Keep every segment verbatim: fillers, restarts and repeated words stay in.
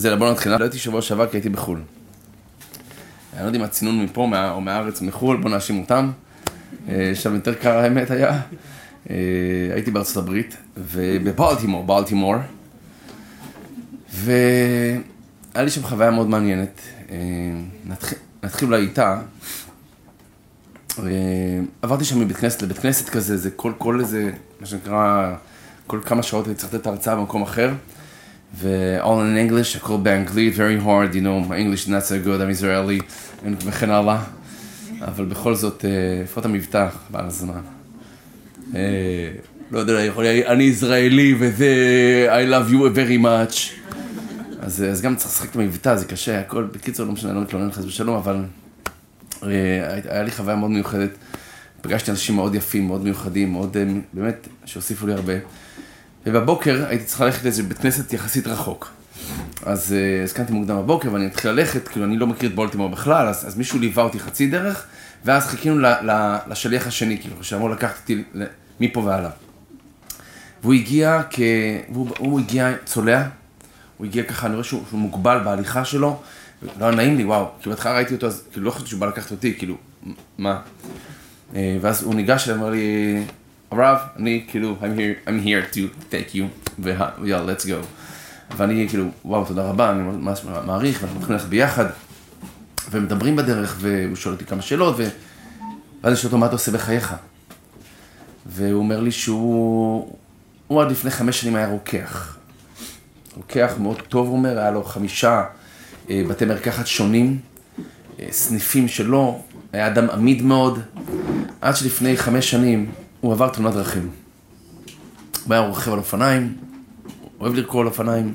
זהו, בוא נתחיל. לא הייתי שבוע שעבר כי הייתי בחול. אני לא יודע אם הצינון מפה או מהארץ מחול, בוא נאשים אותם. שם יותר קר האמת היה. הייתי בארצות הברית, ובבלטימור, בלטימור. והיה לי שם חוויה מאוד מעניינת. נתחיל אולי איתה. עברתי שם מבית כנסת לבית כנסת כזה, זה כל, כל איזה, מה שנקרא, כל כמה שעות הייתי צריך לתת הרצאה במקום אחר. ו- all in English, הכל באנגלית, very hard, you know, my English is not so good, I'm Israeli, וכן הלאה. אבל בכל זאת, איפה אתה מבטח בעל הזמן? לא יודע, יכול להיות, אני ישראלי וזה, I love you very much. אז, אז גם צריך לשחק את המבטא, זה קשה, הכל, בקיצור, לא משנה, לא מתלונן חס ושלום, אבל היה לי חוויה מאוד מיוחדת. פגשתי אנשים מאוד יפים, מאוד מיוחדים, מאוד, באמת, שהוסיפו לי הרבה. ובבוקר הייתי צריך ללכת לאיזה בית כנסת יחסית רחוק. אז הסכנתי מוקדם בבוקר ואני התחיל ללכת, כאילו אני לא מכיר את בולטימור בכלל, אז, אז מישהו ליווה אותי חצי דרך, ואז חיכינו ל, ל, לשליח השני, כאילו, שאמור לקחת אותי מפה ועליו. והוא הגיע כ... והוא, הוא הגיע צולע, הוא הגיע ככה, אני רואה שהוא, שהוא מוגבל בהליכה שלו, לא היה נעים לי, וואו, כאילו בהתחלה ראיתי אותו, אז כאילו לא חשבתי שהוא בא לקחת אותי, כאילו, מה? ואז הוא ניגש אליי, אמר לי, הרב, אני כאילו, I'm here, I'm here to take you, ויאללה, let's go. ואני כאילו, וואו, תודה רבה, אני ממש מעריך, ואנחנו הולכים ללכת ביחד, ומדברים בדרך, והוא שואל אותי כמה שאלות, ואז אני שואל אותו, מה אתה עושה בחייך? והוא אומר לי שהוא, הוא עד לפני חמש שנים היה רוקח. רוקח מאוד טוב, הוא אומר, היה לו חמישה בתי מרקחת שונים, סניפים שלו, היה אדם עמיד מאוד, עד שלפני חמש שנים, הוא עבר תאונת דרכים. הוא היה רוכב על אופניים, אוהב לרכוב על אופניים,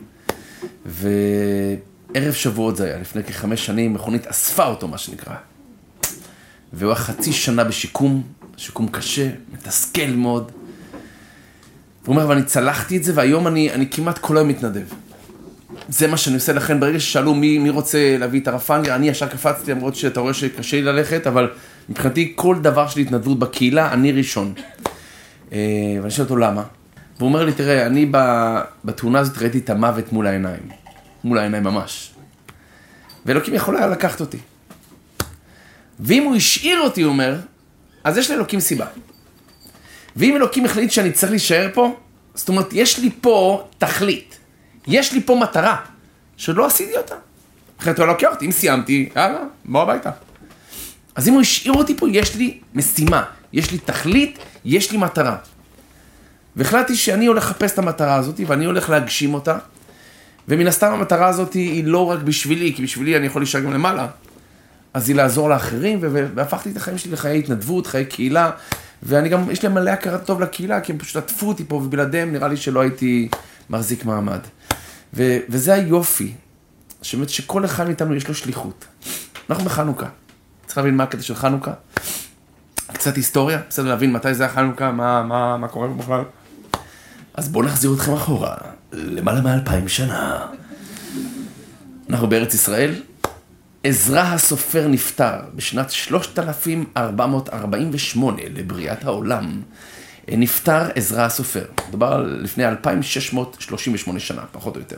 וערב שבועות זה היה, לפני כחמש שנים, מכונית אספה אותו, מה שנקרא. והוא היה חצי שנה בשיקום, שיקום קשה, מתסכל מאוד. הוא אומר, ואני צלחתי את זה, והיום אני, אני כמעט כל היום מתנדב. זה מה שאני עושה לכן, ברגע ששאלו מי, מי רוצה להביא את הרפנגר, אני ישר קפצתי, למרות שאתה רואה שקשה לי ללכת, אבל מבחינתי כל דבר של התנדבות בקהילה, אני ראשון. ואני שואל אותו למה? והוא אומר לי, תראה, אני בתאונה הזאת ראיתי את המוות מול העיניים. מול העיניים ממש. ואלוקים יכול היה לקחת אותי. ואם הוא השאיר אותי, הוא אומר, אז יש לאלוקים סיבה. ואם אלוקים החליט שאני צריך להישאר פה, זאת אומרת, יש לי פה תכלית. יש לי פה מטרה, שלא עשיתי אותה. אחרת הוא לוקח אותי, אם סיימתי, יאללה, בוא הביתה. אז אם הוא השאיר אותי פה, יש לי משימה, יש לי תכלית, יש לי מטרה. והחלטתי שאני הולך לחפש את המטרה הזאת, ואני הולך להגשים אותה, ומן הסתם המטרה הזאת היא לא רק בשבילי, כי בשבילי אני יכול להישאר גם למעלה, אז היא לעזור לאחרים, והפכתי את החיים שלי לחיי התנדבות, חיי קהילה, ואני גם, יש לי מלא הכרת טוב לקהילה, כי הם פשוט עטפו אותי פה, ובלעדיהם נראה לי שלא הייתי מחזיק מעמד. ו- וזה היופי, שבאמת שכל אחד מאיתנו יש לו שליחות. אנחנו בחנוכה. צריך להבין מה הקטע של חנוכה. קצת היסטוריה, בסדר להבין מתי זה החנוכה, מה, מה, מה קורה בכלל. אז בואו נחזיר אתכם אחורה, למעלה מאלפיים שנה. אנחנו בארץ ישראל. עזרא הסופר נפטר בשנת שלושת אלפים ארבע מאות ארבעים ושמונה לבריאת העולם. נפטר עזרא הסופר. מדובר על לפני אלפיים שש מאות שלושים ושמונה שנה, פחות או יותר.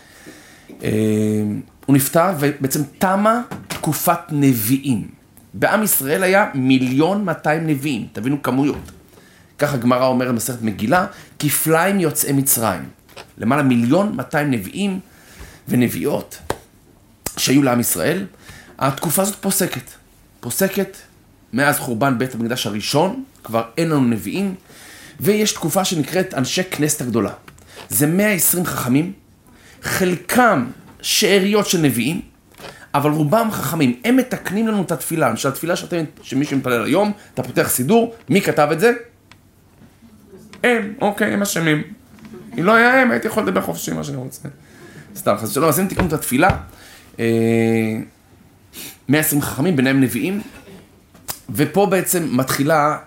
הוא נפטר ובעצם תמה תקופת נביאים. בעם ישראל היה מיליון מאתיים נביאים, תבינו כמויות. ככה גמרא אומרת במסכת מגילה, כפליים יוצאי מצרים. למעלה מיליון מאתיים נביאים ונביאות שהיו לעם ישראל. התקופה הזאת פוסקת. פוסקת מאז חורבן בית המקדש הראשון, כבר אין לנו נביאים, ויש תקופה שנקראת אנשי כנסת הגדולה. זה מאה ועשרים חכמים, חלקם שאריות של נביאים, אבל רובם חכמים. הם מתקנים לנו את התפילה. למשל, התפילה שאתם, שמי שמתפלל היום, אתה פותח סידור, מי כתב את זה? הם, אוקיי, הם אשמים. אם לא היה הם, הייתי יכול לדבר חופשי מה שאני רוצה. סתם, אז שלום, אז הם תקנו את התפילה. מאה ועשרים חכמים, ביניהם נביאים, ופה בעצם מתחילה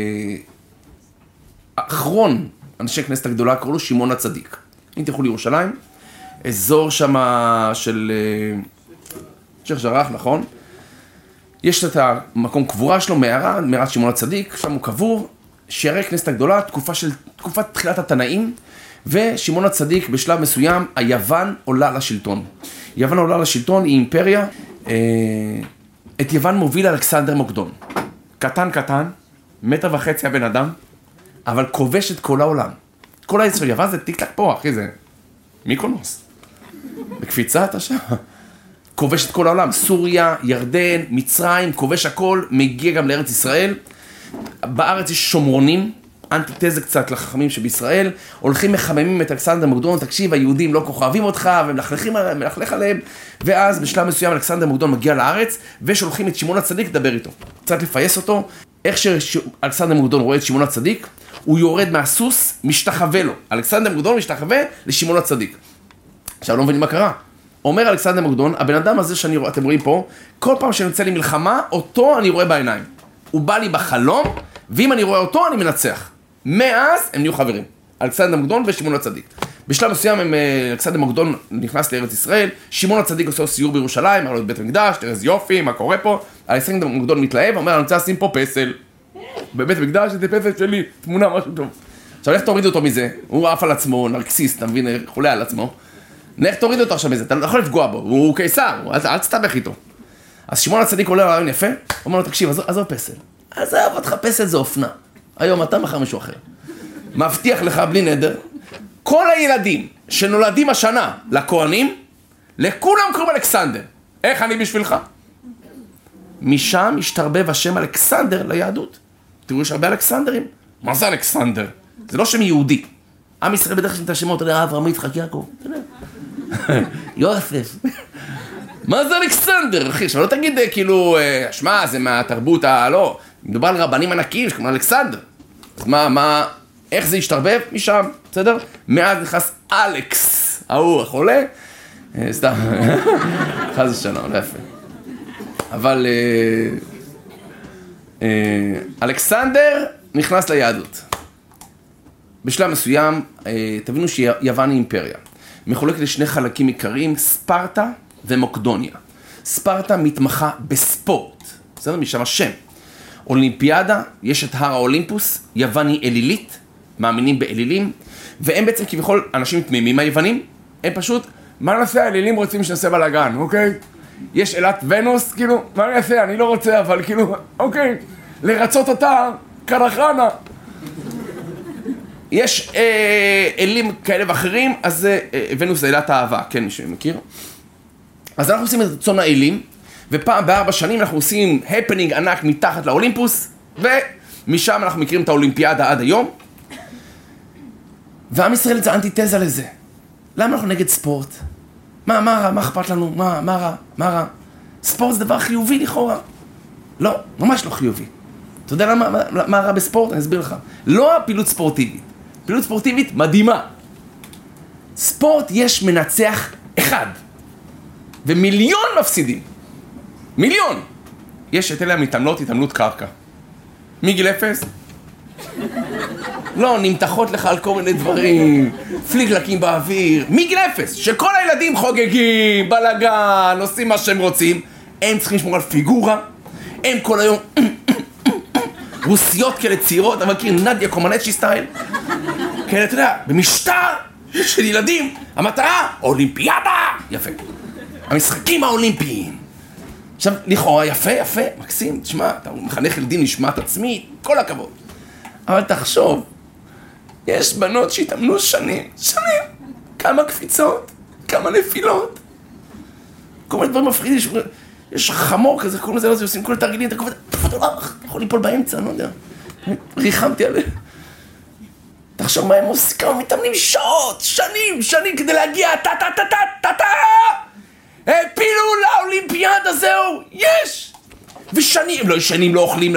אחרון אנשי כנסת הגדולה, קראו לו שמעון הצדיק. אם תלכו לירושלים, אזור שם של שייח' ג'ראח, נכון? יש את המקום קבורה שלו, מערה, מערת שמעון הצדיק, שם הוא קבור, שערי כנסת הגדולה, תקופה של, תקופת תחילת התנאים, ושמעון הצדיק בשלב מסוים, היוון עולה לשלטון. יוון עולה לשלטון, היא אימפריה, אה, את יוון מוביל אלכסנדר מוקדון. קטן קטן, מטר וחצי הבן אדם, אבל כובש את כל העולם. כל הישראל, יוון זה טיק טק פה, אחי, זה מיקונוס. בקפיצה אתה שם. כובש את כל העולם, סוריה, ירדן, מצרים, כובש הכל, מגיע גם לארץ ישראל. בארץ יש שומרונים, אנטיתזה קצת לחכמים שבישראל, הולכים מחממים את אלכסנדר מוקדון, תקשיב, היהודים לא כוכבים אותך, ומלכלך עליהם, ואז בשלב מסוים אלכסנדר מוקדון מגיע לארץ, ושולחים את שמעון הצדיק לדבר איתו, קצת לפייס אותו. איך שאלכסנדר מוקדון רואה את שמעון הצדיק, הוא יורד מהסוס, משתחווה לו. אלכסנדר מוקדון משתחווה לשמעון הצדיק. עכשיו לא מבינים מה קרה. אומר אלכסנדר מוקדון, הבן אדם הזה שאתם רואים פה, כל פעם שאני יוצא לי מלחמה, אותו אני רואה בעיניים. הוא בא לי בחלום, ואם אני רואה אותו, אני מנצח. מאז הם נהיו חברים. אלכסנדר מוקדון ושמעון הצדיק. בשלב מסוים הם, אלכסנדר מוקדון נכנס לארץ ישראל, שמעון הצדיק עושה סיור בירושלים, אמר לו את בית המקדש, תראה איזה יופי, מה קורה פה? אלכסנדר מוקדון מתלהב, אומר, אני רוצה לשים פה פסל. בבית המקדש זה פסל שלי, תמונה, משהו טוב. עכשיו, איך תוריד אותו מזה? הוא עף על עצמו, נרקסיסט, אתה מבין, חולה על עצמו. איך תוריד אותו עכשיו מזה? אתה לא יכול לפגוע בו, הוא קיסר, אל תסתבך איתו. אז שמעון הצדיק עולה רעיון יפה, אומר לו, תקשיב, עזוב פסל. עזוב אותך, פסל זה אופנה. היום אתה מחר משהו אחר. מבטיח לך בלי נדר, כל הילדים שנולדים השנה לכהנים, לכולם קוראים אלכסנדר. איך אני בשבילך? משם השתרבב השם אלכסנדר ליהדות. תראו, יש הרבה אלכסנדרים. מה זה אלכסנדר? זה לא שם יהודי. עם ישראל בדרך כלל את השמות, אתה יודע, אברהם, יצחק, יעקב. אתה יודע. יוסף. מה זה אלכסנדר, אחי? עכשיו לא תגיד כאילו, שמע, זה מהתרבות הלא. מדובר על רבנים ענקיים שקוראים אלכסנדר. אז מה, מה, איך זה השתרבב? משם, בסדר? מאז נכנס אלכס, ההוא, החולה. סתם, חס ושלום, לא יפה. אבל אלכסנדר נכנס ליהדות. בשלב מסוים, תבינו שיוון היא אימפריה. מחולקת לשני חלקים עיקריים, ספרטה ומוקדוניה. ספרטה מתמחה בספורט, בסדר? משם השם. אולימפיאדה, יש את הר האולימפוס, יוון היא אלילית, מאמינים באלילים, והם בעצם כביכול אנשים תמימים היוונים, הם פשוט, מה נעשה? האלילים רוצים שנעשה בלגן, אוקיי? יש אלת ונוס, כאילו, מה נעשה? אני לא רוצה, אבל כאילו, אוקיי, לרצות אותה, קרחנה. יש אה, אלים כאלה ואחרים, אז אה, ונוס זה אלת האהבה, כן, מי שמכיר. אז אנחנו עושים את רצון האלים, ופעם בארבע שנים אנחנו עושים הפנינג ענק מתחת לאולימפוס, ומשם אנחנו מכירים את האולימפיאדה עד היום. ועם ישראל זה אנטיתזה לזה. למה אנחנו נגד ספורט? מה, מה רע? מה אכפת לנו? מה, מה רע? מה רע? ספורט זה דבר חיובי לכאורה. לא, ממש לא חיובי. אתה יודע למה, מה, מה רע בספורט? אני אסביר לך. לא הפעילות ספורטיבית. פעילות ספורטיבית מדהימה. ספורט יש מנצח אחד, ומיליון מפסידים. מיליון. יש את אלה המתעמלות, התעמלות קרקע. מגיל אפס? לא, נמתחות לך על כל מיני דברים, פליגלקים באוויר, מגיל אפס, שכל הילדים חוגגים, בלגן, עושים מה שהם רוצים, הם צריכים לשמור על פיגורה, הם כל היום רוסיות כאלה צעירות, אבל כאילו נדיה קומנצ'י סטייל, כאלה, אתה יודע, במשטר של ילדים, המטרה, אולימפיאדה, יפה, המשחקים האולימפיים. עכשיו, לכאורה, יפה, יפה, מקסים, תשמע, אתה מחנך ילדים נשמת עצמי, כל הכבוד. אבל תחשוב, יש בנות שהתאמנו שנים, שנים, כמה קפיצות, כמה נפילות, כל מיני דברים מפחידים, יש, יש חמור כזה, קוראים לזה, עושים כל תרגילים, אתה קובע, אתה יכול ליפול באמצע, אני לא יודע, ריחמתי עליה. תחשוב מה הם עושים, כמה מתאמנים שעות, שנים, שנים, כדי להגיע, טה טה טה טה טה טה, הפילו לאולימפיאדה, זהו, יש! ושנים, לא ישנים, לא אוכלים,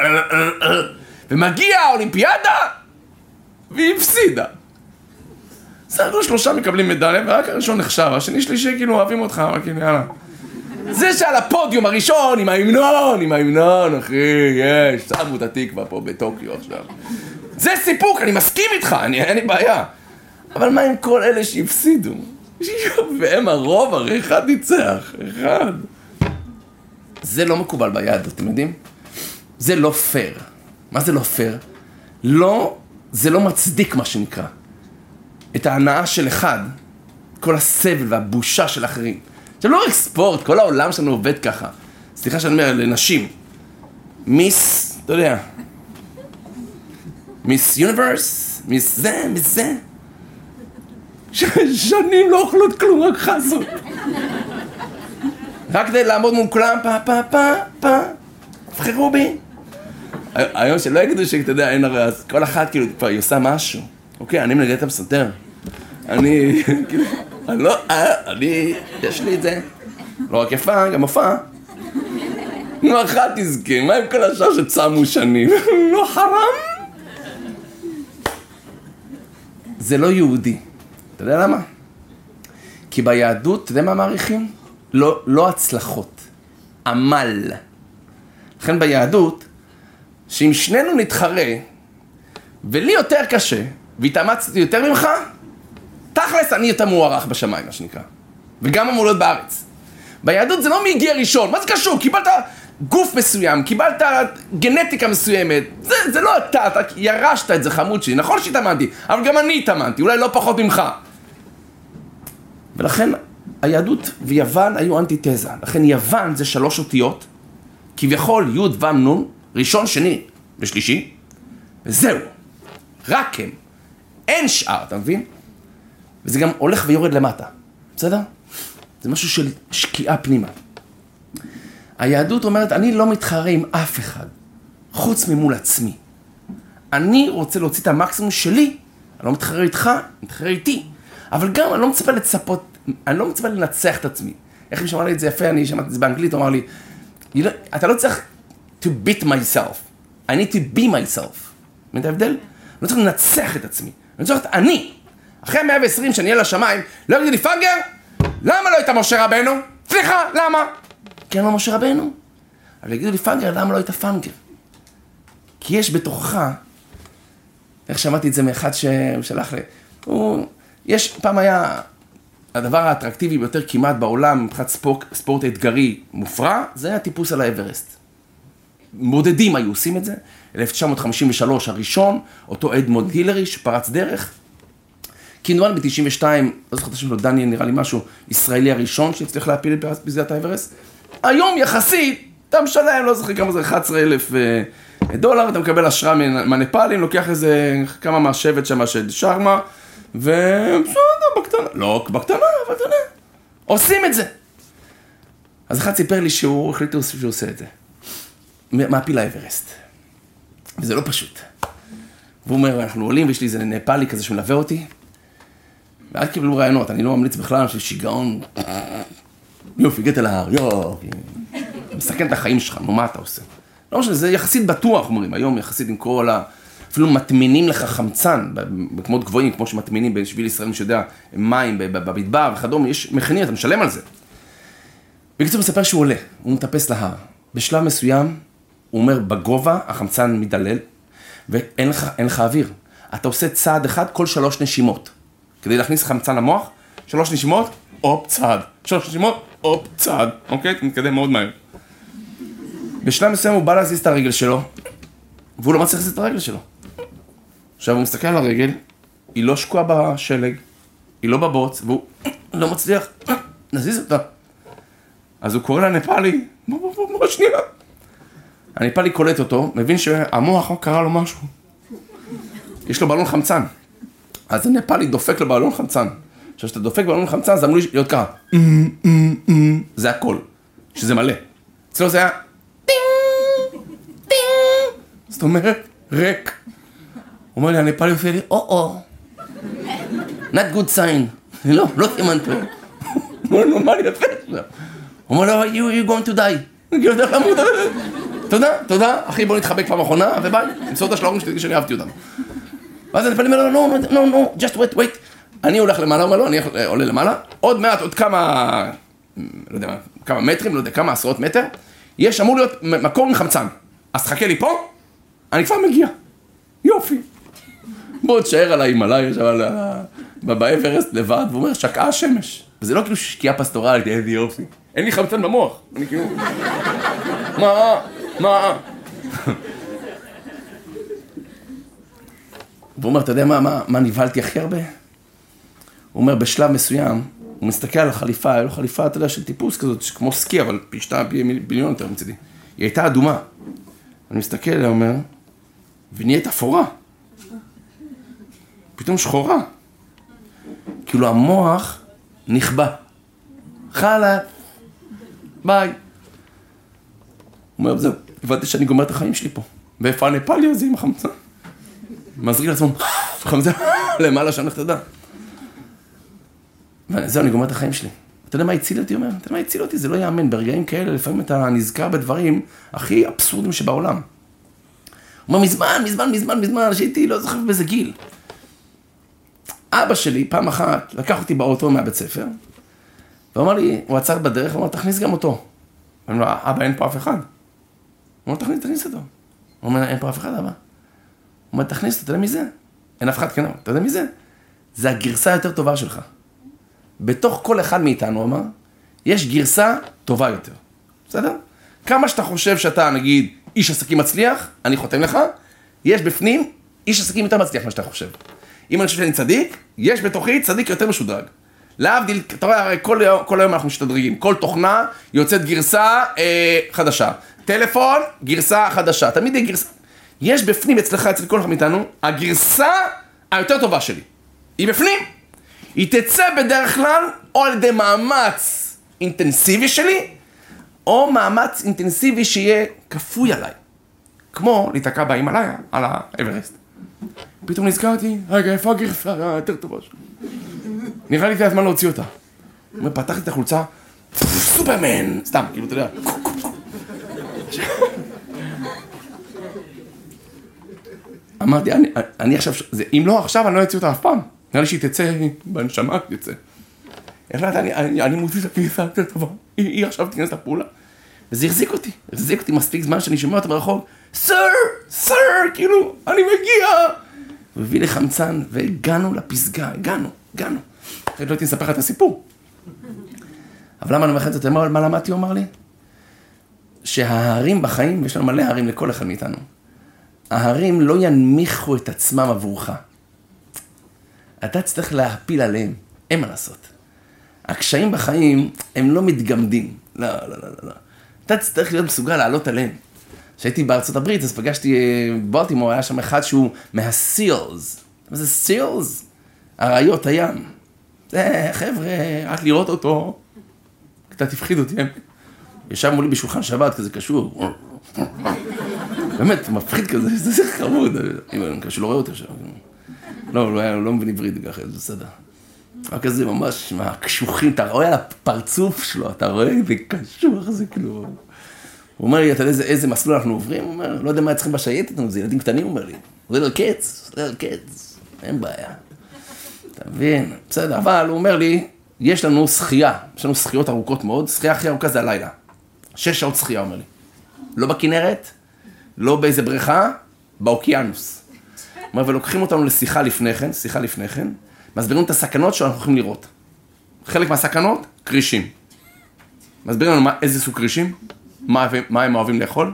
ומגיע האולימפיאדה, והיא הפסידה. סגרו שלושה מקבלים מדליה, ורק הראשון נחשב, השני שלישי כאילו אוהבים אותך, אבל כאילו יאללה. זה שעל הפודיום הראשון, עם ההמנון, עם ההמנון, אחי, יש, שמו את התקווה פה בטוקיו עכשיו. זה סיפוק, אני מסכים איתך, אני, אין לי בעיה. אבל מה עם כל אלה שהפסידו? והם הרוב, הרי אחד ניצח, אחד. זה לא מקובל ביד, אתם יודעים? זה לא פייר. מה זה לא פייר? לא, זה לא מצדיק מה שנקרא. את ההנאה של אחד, כל הסבל והבושה של אחרים. עכשיו לא רק ספורט, כל העולם שלנו עובד ככה. סליחה שאני אומר, לנשים. מיס, אתה יודע, מיס יוניברס, מיס זה, מיס זה. שנים לא אוכלות כלום, רק חזות. רק כדי לעמוד מול כולם, פה, פה, פה, פה, תבחרו בי. היום שלא יגידו שאתה יודע, אין הרי, אז כל אחת כאילו, כבר היא עושה משהו. אוקיי, אני מנגד את המסנתר. אני, כאילו, אני לא, אה, אני, יש לי את זה. לא רק יפה, גם הופעה. נו, אחת תזכה, מה עם כל השאר שצמו שנים? לא חרם? זה לא יהודי. אתה יודע למה? כי ביהדות, אתה יודע מה מעריכים? לא, לא הצלחות, עמל. לכן ביהדות, שאם שנינו נתחרה, ולי יותר קשה, והתאמצתי יותר ממך, תכלס אני יותר מוערך בשמיים, מה שנקרא. וגם אמולות בארץ. ביהדות זה לא מי הגיע ראשון, מה זה קשור? קיבלת גוף מסוים, קיבלת גנטיקה מסוימת, זה, זה לא אתה, אתה ירשת את זה חמוד שלי, נכון שהתאמנתי, אבל גם אני התאמנתי, אולי לא פחות ממך. ולכן היהדות ויוון היו אנטיתזה, לכן יוון זה שלוש אותיות, כביכול י' ו' נ', ראשון, שני ושלישי, וזהו, רק הם, אין שאר, אתה מבין? וזה גם הולך ויורד למטה, בסדר? זה משהו של שקיעה פנימה. היהדות אומרת, אני לא מתחרה עם אף אחד, חוץ ממול עצמי. אני רוצה להוציא את המקסימום שלי, אני לא מתחרה איתך, אני מתחרה איתי. אבל גם אני לא מצפה לצפות, אני לא מצפה לנצח את עצמי. איך מי שאמר לי את זה יפה, אני שמעתי את זה באנגלית, הוא אמר לי, אתה לא צריך to beat myself, I need to be myself. מה אתה הבדל? אני לא צריך לנצח את עצמי, אני צריך את אני. אחרי מאה ועשרים שאני אהיה לשמיים, לא יגידו לי, פנגר, למה לא היית משה רבנו? סליחה, למה? כי אני לא משה רבנו. אבל יגידו לי, פנגר, למה לא היית פנגר? כי יש בתוכך, איך שמעתי את זה מאחד ששלח לי, הוא, יש, פעם היה, הדבר האטרקטיבי ביותר כמעט בעולם, מבחינת ספורט, ספורט אתגרי מופרע, זה היה טיפוס על האברסט. מודדים היו עושים את זה, אלף תשע מאות חמישים ושלוש הראשון, אותו אדמונד הילרי שפרץ דרך, כמובן ב-תשעים ושתיים, לא זוכרת שלו, דניאל נראה לי משהו, ישראלי הראשון שהצליח להפיל את פסגת האברסט. היום יחסית, אתה משלם, לא זוכר כמה זה, אחד עשר אלף דולר, אתה מקבל אשרה מהנפאלים, לוקח איזה כמה מהשבט שם של שרמה, ובסדר, בקטנה, לא בקטנה, אבל אתה יודע, עושים את זה. אז אחד סיפר לי שהוא החליט שהוא עושה את זה. מעפיל האברסט. וזה לא פשוט. והוא אומר, אנחנו עולים, ויש לי איזה נפאלי כזה שמלווה אותי, ועד קיבלו רעיונות, אני לא ממליץ בכלל, של שיגעון, יופי, הגעת להר, יופי, מסכן את החיים שלך, נו, מה אתה עושה? לא משנה, זה יחסית בטוח, אומרים, היום יחסית עם כל ה... אפילו מטמינים לך חמצן, במקומות גבוהים, כמו שמטמינים בשביל ישראל, מי שיודע, מים במדבר וכדומה, יש מכנים, אתה משלם על זה. בקיצור, מספר שהוא עולה, הוא מטפס להר. בשלב מסוים, הוא אומר, בגובה, החמצן מדלל, ואין לך, אין לך אוויר. אתה עושה צעד אחד כל שלוש נשימות. כדי להכניס חמצן למוח, שלוש נשימות, אופ, צעד. שלוש נשימות, אופ, צעד. אוקיי? אתה מתקדם מאוד מהר. בשלב מסוים הוא בא להזיז את הרגל שלו, והוא לא מצליח להזיז את הרגל שלו. עכשיו הוא מסתכל על הרגל, היא לא שקועה בשלג, היא לא בבוץ, והוא לא מצליח להזיז אותה. אז הוא קורא לנפאלי, בוא, בוא, בוא, בוא, שנייה. הנפאלי קולט אותו, מבין שהמוח קרא לו משהו. יש לו בלון חמצן. אז הנפאלי דופק לו בלון חמצן. עכשיו, כשאתה דופק בלון חמצן, זה אמור להיות ככה. זה הכל, שזה מלא. אצלו זה היה טינג, טינג. זאת אומרת, ריק. הוא אומר לי, הנפאלי יופיע לי, או-או. Not good sign. לא, לא תימנתו. הוא אומר לו, מה אני יפה? הוא אומר לו, you, you're going to die. תודה, תודה, אחי, בוא נתחבק פעם אחרונה, וביי. נמצוא אותה של ההורים שתגיד שאני אהבתי אותם. ואז הנפאלי אומר לו, no, no, no, no, just wait, wait. אני הולך למעלה, אומר לו, אני עולה למעלה. עוד מעט, עוד כמה, לא יודע מה, כמה מטרים, לא יודע, כמה עשרות מטר. יש, אמור להיות מקור עם חמצן. אז תחכה לי פה, אני כבר מגיע. יופי. בוא תשאר על ההימאליה, באברסט לבד, והוא אומר, שקעה השמש. וזה לא כאילו שקיעה פסטורלית, איזה יופי. אין לי חמצן במוח. אני כאילו... מה? מה? והוא אומר, אתה יודע מה, מה, מה נבהלתי הכי הרבה? הוא אומר, בשלב מסוים, הוא מסתכל על החליפה, היה לו חליפה, אתה יודע, של טיפוס כזאת, כמו סקי, אבל פי שתיים, פי מיליון יותר מצידי. היא הייתה אדומה. אני מסתכל עליה, אומר, ונהיית אפורה. פתאום שחורה. כאילו המוח נכבה. חלק, ביי. הוא אומר, זהו, הבנתי שאני גומר את החיים שלי פה. ואיפה הנפאלי הזה עם החמצה? מזריק לעצמו, חמצה, למעלה שאני הולך תדע. וזהו, אני גומר את החיים שלי. אתה יודע מה הציל אותי, אומר? אתה יודע מה הציל אותי? זה לא יאמן. ברגעים כאלה, לפעמים אתה נזכר בדברים הכי אבסורדים שבעולם. הוא אומר, מזמן, מזמן, מזמן, מזמן, שהייתי לא זוכר באיזה גיל. אבא שלי, פעם אחת, לקח אותי באוטו מהבית ספר, ואומר לי, הוא עצר בדרך, הוא אמר, תכניס גם אותו. אני אומר, אבא, אין פה אף אחד. הוא אומר, תכניס, תכניס אותו. הוא אומר, אין פה אף אחד, אבא. הוא אומר, תכניס אותו, אתה יודע מי זה? אין אף אחד, כן, אתה יודע מי זה? זה הגרסה היותר טובה שלך. בתוך כל אחד מאיתנו, אמר, יש גרסה טובה יותר. בסדר? כמה שאתה חושב שאתה, נגיד, איש עסקים מצליח, אני חותם לך, יש בפנים איש עסקים יותר מצליח מה שאתה חושב. אם אני חושב שאני צדיק, יש בתוכי צדיק יותר משודרג. להבדיל, אתה רואה, הרי כל, כל היום אנחנו משתדרגים, כל תוכנה יוצאת גרסה אה, חדשה. טלפון, גרסה חדשה. תמיד יהיה גרסה. יש בפנים אצלך, אצל כל אחד מאיתנו, הגרסה היותר טובה שלי. היא בפנים. היא תצא בדרך כלל או על ידי מאמץ אינטנסיבי שלי, או מאמץ אינטנסיבי שיהיה כפוי עליי. כמו להתעקע בהימאליה על האברסט. פתאום נזכרתי, רגע, איפה הגרסה היותר טובה שלי? נראה לי זה הזמן להוציא אותה. הוא אומר, פתחתי את החולצה, סופרמן! סתם, כאילו, אתה יודע. אמרתי, אני, אני עכשיו, זה, אם לא עכשיו, אני לא אציא אותה אף פעם. נראה לי שהיא תצא, בנשמה תצא. החלטתי, אני, אני, אני מוציא את הכניסה יותר טובה. היא, היא עכשיו תיכנס לפעולה. וזה החזיק אותי, החזיק אותי מספיק זמן שאני שומע אותה ברחוב. סר, סר, כאילו, אני מגיע. הוא הביא לי חמצן, והגענו לפסגה, הגענו, הגענו. אחרי לא הייתי לספר לך את הסיפור. אבל למה אני אומר לך את זה? מה למדתי, הוא אמר לי? שההרים בחיים, יש לנו מלא הרים לכל אחד מאיתנו. ההרים לא ינמיכו את עצמם עבורך. אתה צריך להפיל עליהם, אין מה לעשות. הקשיים בחיים הם לא מתגמדים. לא, לא, לא, לא. אתה צריך להיות מסוגל לעלות עליהם. כשהייתי בארצות הברית, אז פגשתי בולטימור, היה שם אחד שהוא מהסילס. מה זה סילס? אריות הים. זה, חבר'ה, רק לראות אותו, קצת הפחיד אותי. ישב מולי בשולחן שבת, כזה קשור. באמת, מפחיד כזה, זה חמוד. אני מקווה שלא רואה אותו שם. לא, הוא לא מבין עברית ככה, זה בסדר. רק כזה ממש, מהקשוחים, אתה רואה על הפרצוף שלו, אתה רואה, זה קשוח, זה כאילו... הוא אומר לי, אתה יודע איזה מסלול אנחנו עוברים? הוא אומר, לא יודע מה צריכים בשייטת, זה ילדים קטנים, הוא אומר לי. זה לא קץ, זה לא קץ, אין בעיה. אתה מבין? בסדר, אבל הוא אומר לי, יש לנו שחייה, יש לנו שחיות ארוכות מאוד, שחייה הכי ארוכה זה הלילה. שש שעות שחייה, אומר לי. לא בכנרת, לא באיזה בריכה, באוקיינוס. הוא אומר, ולוקחים אותנו לשיחה לפני כן, שיחה לפני כן, מסבירים את הסכנות שאנחנו יכולים לראות. חלק מהסכנות, קרישים. מסבירים לנו מה, איזה סוג קרישים, מה, מה הם אוהבים לאכול,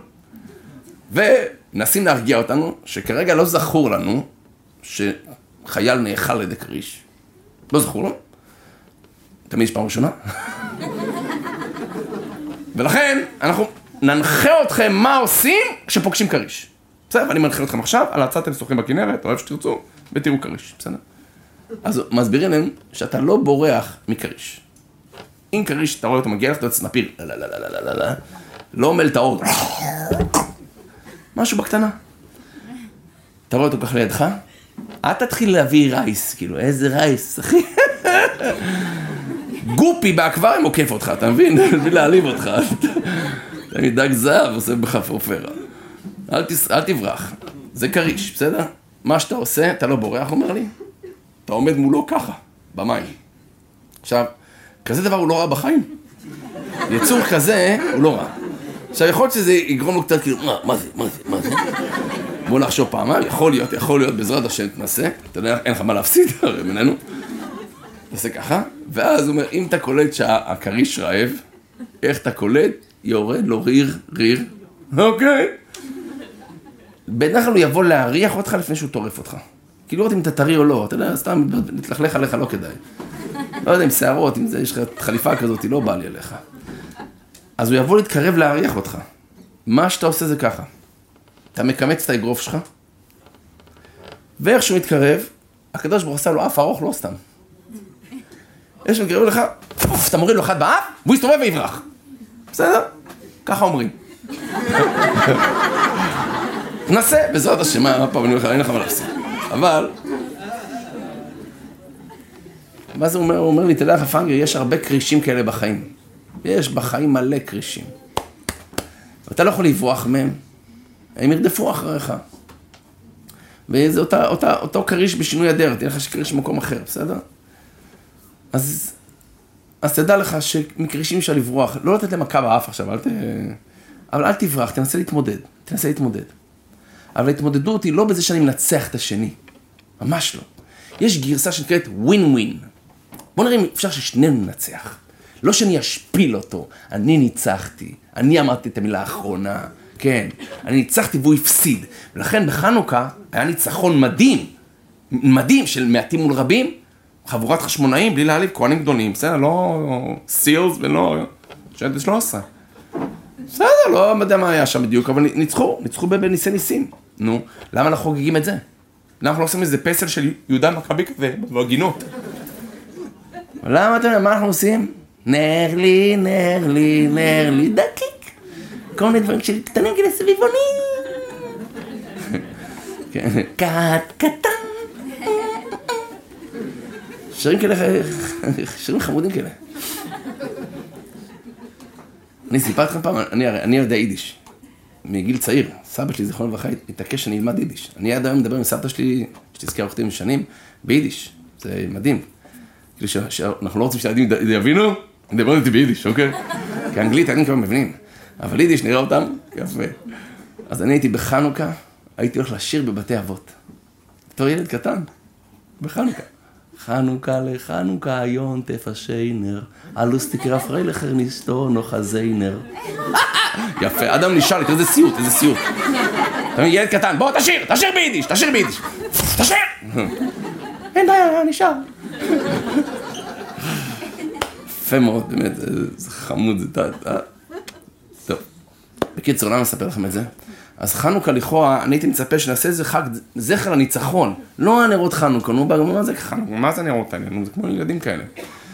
ונסים להרגיע אותנו, שכרגע לא זכור לנו שחייל נאכל לידי קריש. לא זכור לו. תמיד יש פעם ראשונה. ולכן, אנחנו ננחה אתכם מה עושים כשפוגשים קריש. בסדר? ואני מנחה אתכם עכשיו, על הצד אתם שוחים בכנרת, או איפה שתרצו, ותראו קריש. בסדר? אז מסבירים להם שאתה לא בורח מקריש. אם קריש, אתה רואה אותו מגיע לך, אתה יוצא סנפיר. לא, לא, לא, לא, לא, לא. לא עומל את האור. משהו בקטנה. אתה רואה אותו ככה לידך? אל תתחיל להביא רייס, כאילו, איזה רייס, אחי. גופי באקווריום עוקף אותך, אתה מבין? בשביל להעליב אותך. אתה מדג זהב עושה בחפרופרה. אל תברח. זה קריש, בסדר? מה שאתה עושה, אתה לא בורח, אומר לי. אתה עומד מולו ככה, במים. עכשיו, כזה דבר הוא לא רע בחיים. יצור כזה הוא לא רע. עכשיו, יכול להיות שזה יגרום לו קצת כאילו, מה, מה זה, מה זה, מה זה? בואו נחשוב פעמה, יכול להיות, יכול להיות, בעזרת השם תנסה, אתה יודע, אין לך מה להפסיד, הרי בינינו. תעשה ככה, ואז הוא אומר, אם אתה קולט שהקריש רעב, איך אתה קולט? יורד לו ריר, ריר, אוקיי. בדרך כלל הוא יבוא להריח אותך לפני שהוא טורף אותך. כי לראות אם אתה טרי או לא, אתה יודע, סתם נתלכלך עליך לא כדאי. לא יודע, עם שערות, אם זה, יש לך חליפה כזאת, לא בא לי עליך. אז הוא יבוא להתקרב להריח אותך. מה שאתה עושה זה ככה. אתה מקמץ את האגרוף שלך, ואיך שהוא מתקרב, הקדוש ברוך עשה לו אף ארוך, לא סתם. יש מתקרב לך, אתה מוריד לו אחד באף, והוא יסתובב ויברח. בסדר? ככה אומרים. נסה, בעזרת השם, מה פעם, אני אומר לך, אין לך מה להפסיד. אבל, מה זה אומר? הוא אומר לי, תדע לך, פנגר, יש הרבה קרישים כאלה בחיים. יש בחיים מלא קרישים. ואתה לא יכול לברוח מהם, הם ירדפו אחריך. וזה אותה, אותה, אותו קריש בשינוי אדרת, תהיה לך שקריש במקום אחר, בסדר? אז, אז תדע לך שמקרישים אפשר לברוח, לא לתת להם מכה באף עכשיו, אל ת... אבל אל תברח, תנסה להתמודד, תנסה להתמודד. אבל ההתמודדות היא לא בזה שאני מנצח את השני, ממש לא. יש גרסה שנקראת ווין ווין. בוא נראה אם אפשר ששנינו ננצח. לא שאני אשפיל אותו, אני ניצחתי, אני אמרתי את המילה האחרונה, כן, אני ניצחתי והוא הפסיד. ולכן בחנוכה היה ניצחון מדהים, מדהים של מעטים מול רבים, חבורת חשמונאים, בלי להעליב, כהנים גדולים, בסדר, לא סילס ולא שעת שלוש עשרה. בסדר, לא יודע מה היה שם בדיוק, אבל ניצחו, ניצחו בניסי ניסים. נו, למה אנחנו חוגגים את זה? למה אנחנו לא עושים איזה פסל של יהודה מכבי כזה, בגינות? למה אתם יודעים, מה אנחנו עושים? נר לי, נר לי, נר לי, דקיק. כל מיני דברים של קטנים כאלה סביבונים. קט, קטן. שירים כאלה, שירים חמודים כאלה. אני סיפרתי לכם פעם, אני, אני יודע יידיש. מגיל צעיר, סבא שלי זכרון לברכה התעקש שאני אלמד יידיש. אני עד היום מדבר עם סבתא שלי, שתזכר אוכלים שנים, ביידיש. זה מדהים. כאילו שאנחנו לא רוצים שהילדים יבינו, נדבר איתי ביידיש, אוקיי? כי אנגלית אני כבר מבינים, אבל יידיש נראה אותם, יפה. אז אני הייתי בחנוכה, הייתי הולך לשיר בבתי אבות. בתור ילד קטן, בחנוכה. חנוכה לחנוכה היום תפשיינר, אלוסטיקר אפרי לחר ניסטו נוחה זיינר. יפה, אדם נשאר לי, איזה סיוט, איזה סיוט. אתה ילד קטן, בוא תשיר, תשיר ביידיש, תשיר ביידיש. תשיר! אין דייה, נשאר. יפה מאוד, באמת, זה חמוד, זה טעה. טוב, בקיצור, למה אספר לכם את זה? אז חנוכה לכאורה, אני הייתי מצפה שנעשה איזה חג זכר לניצחון. לא הנרות חנוכה, נו, מה זה חנוכה? מה זה הנרות האלה? נו, זה כמו ילדים כאלה.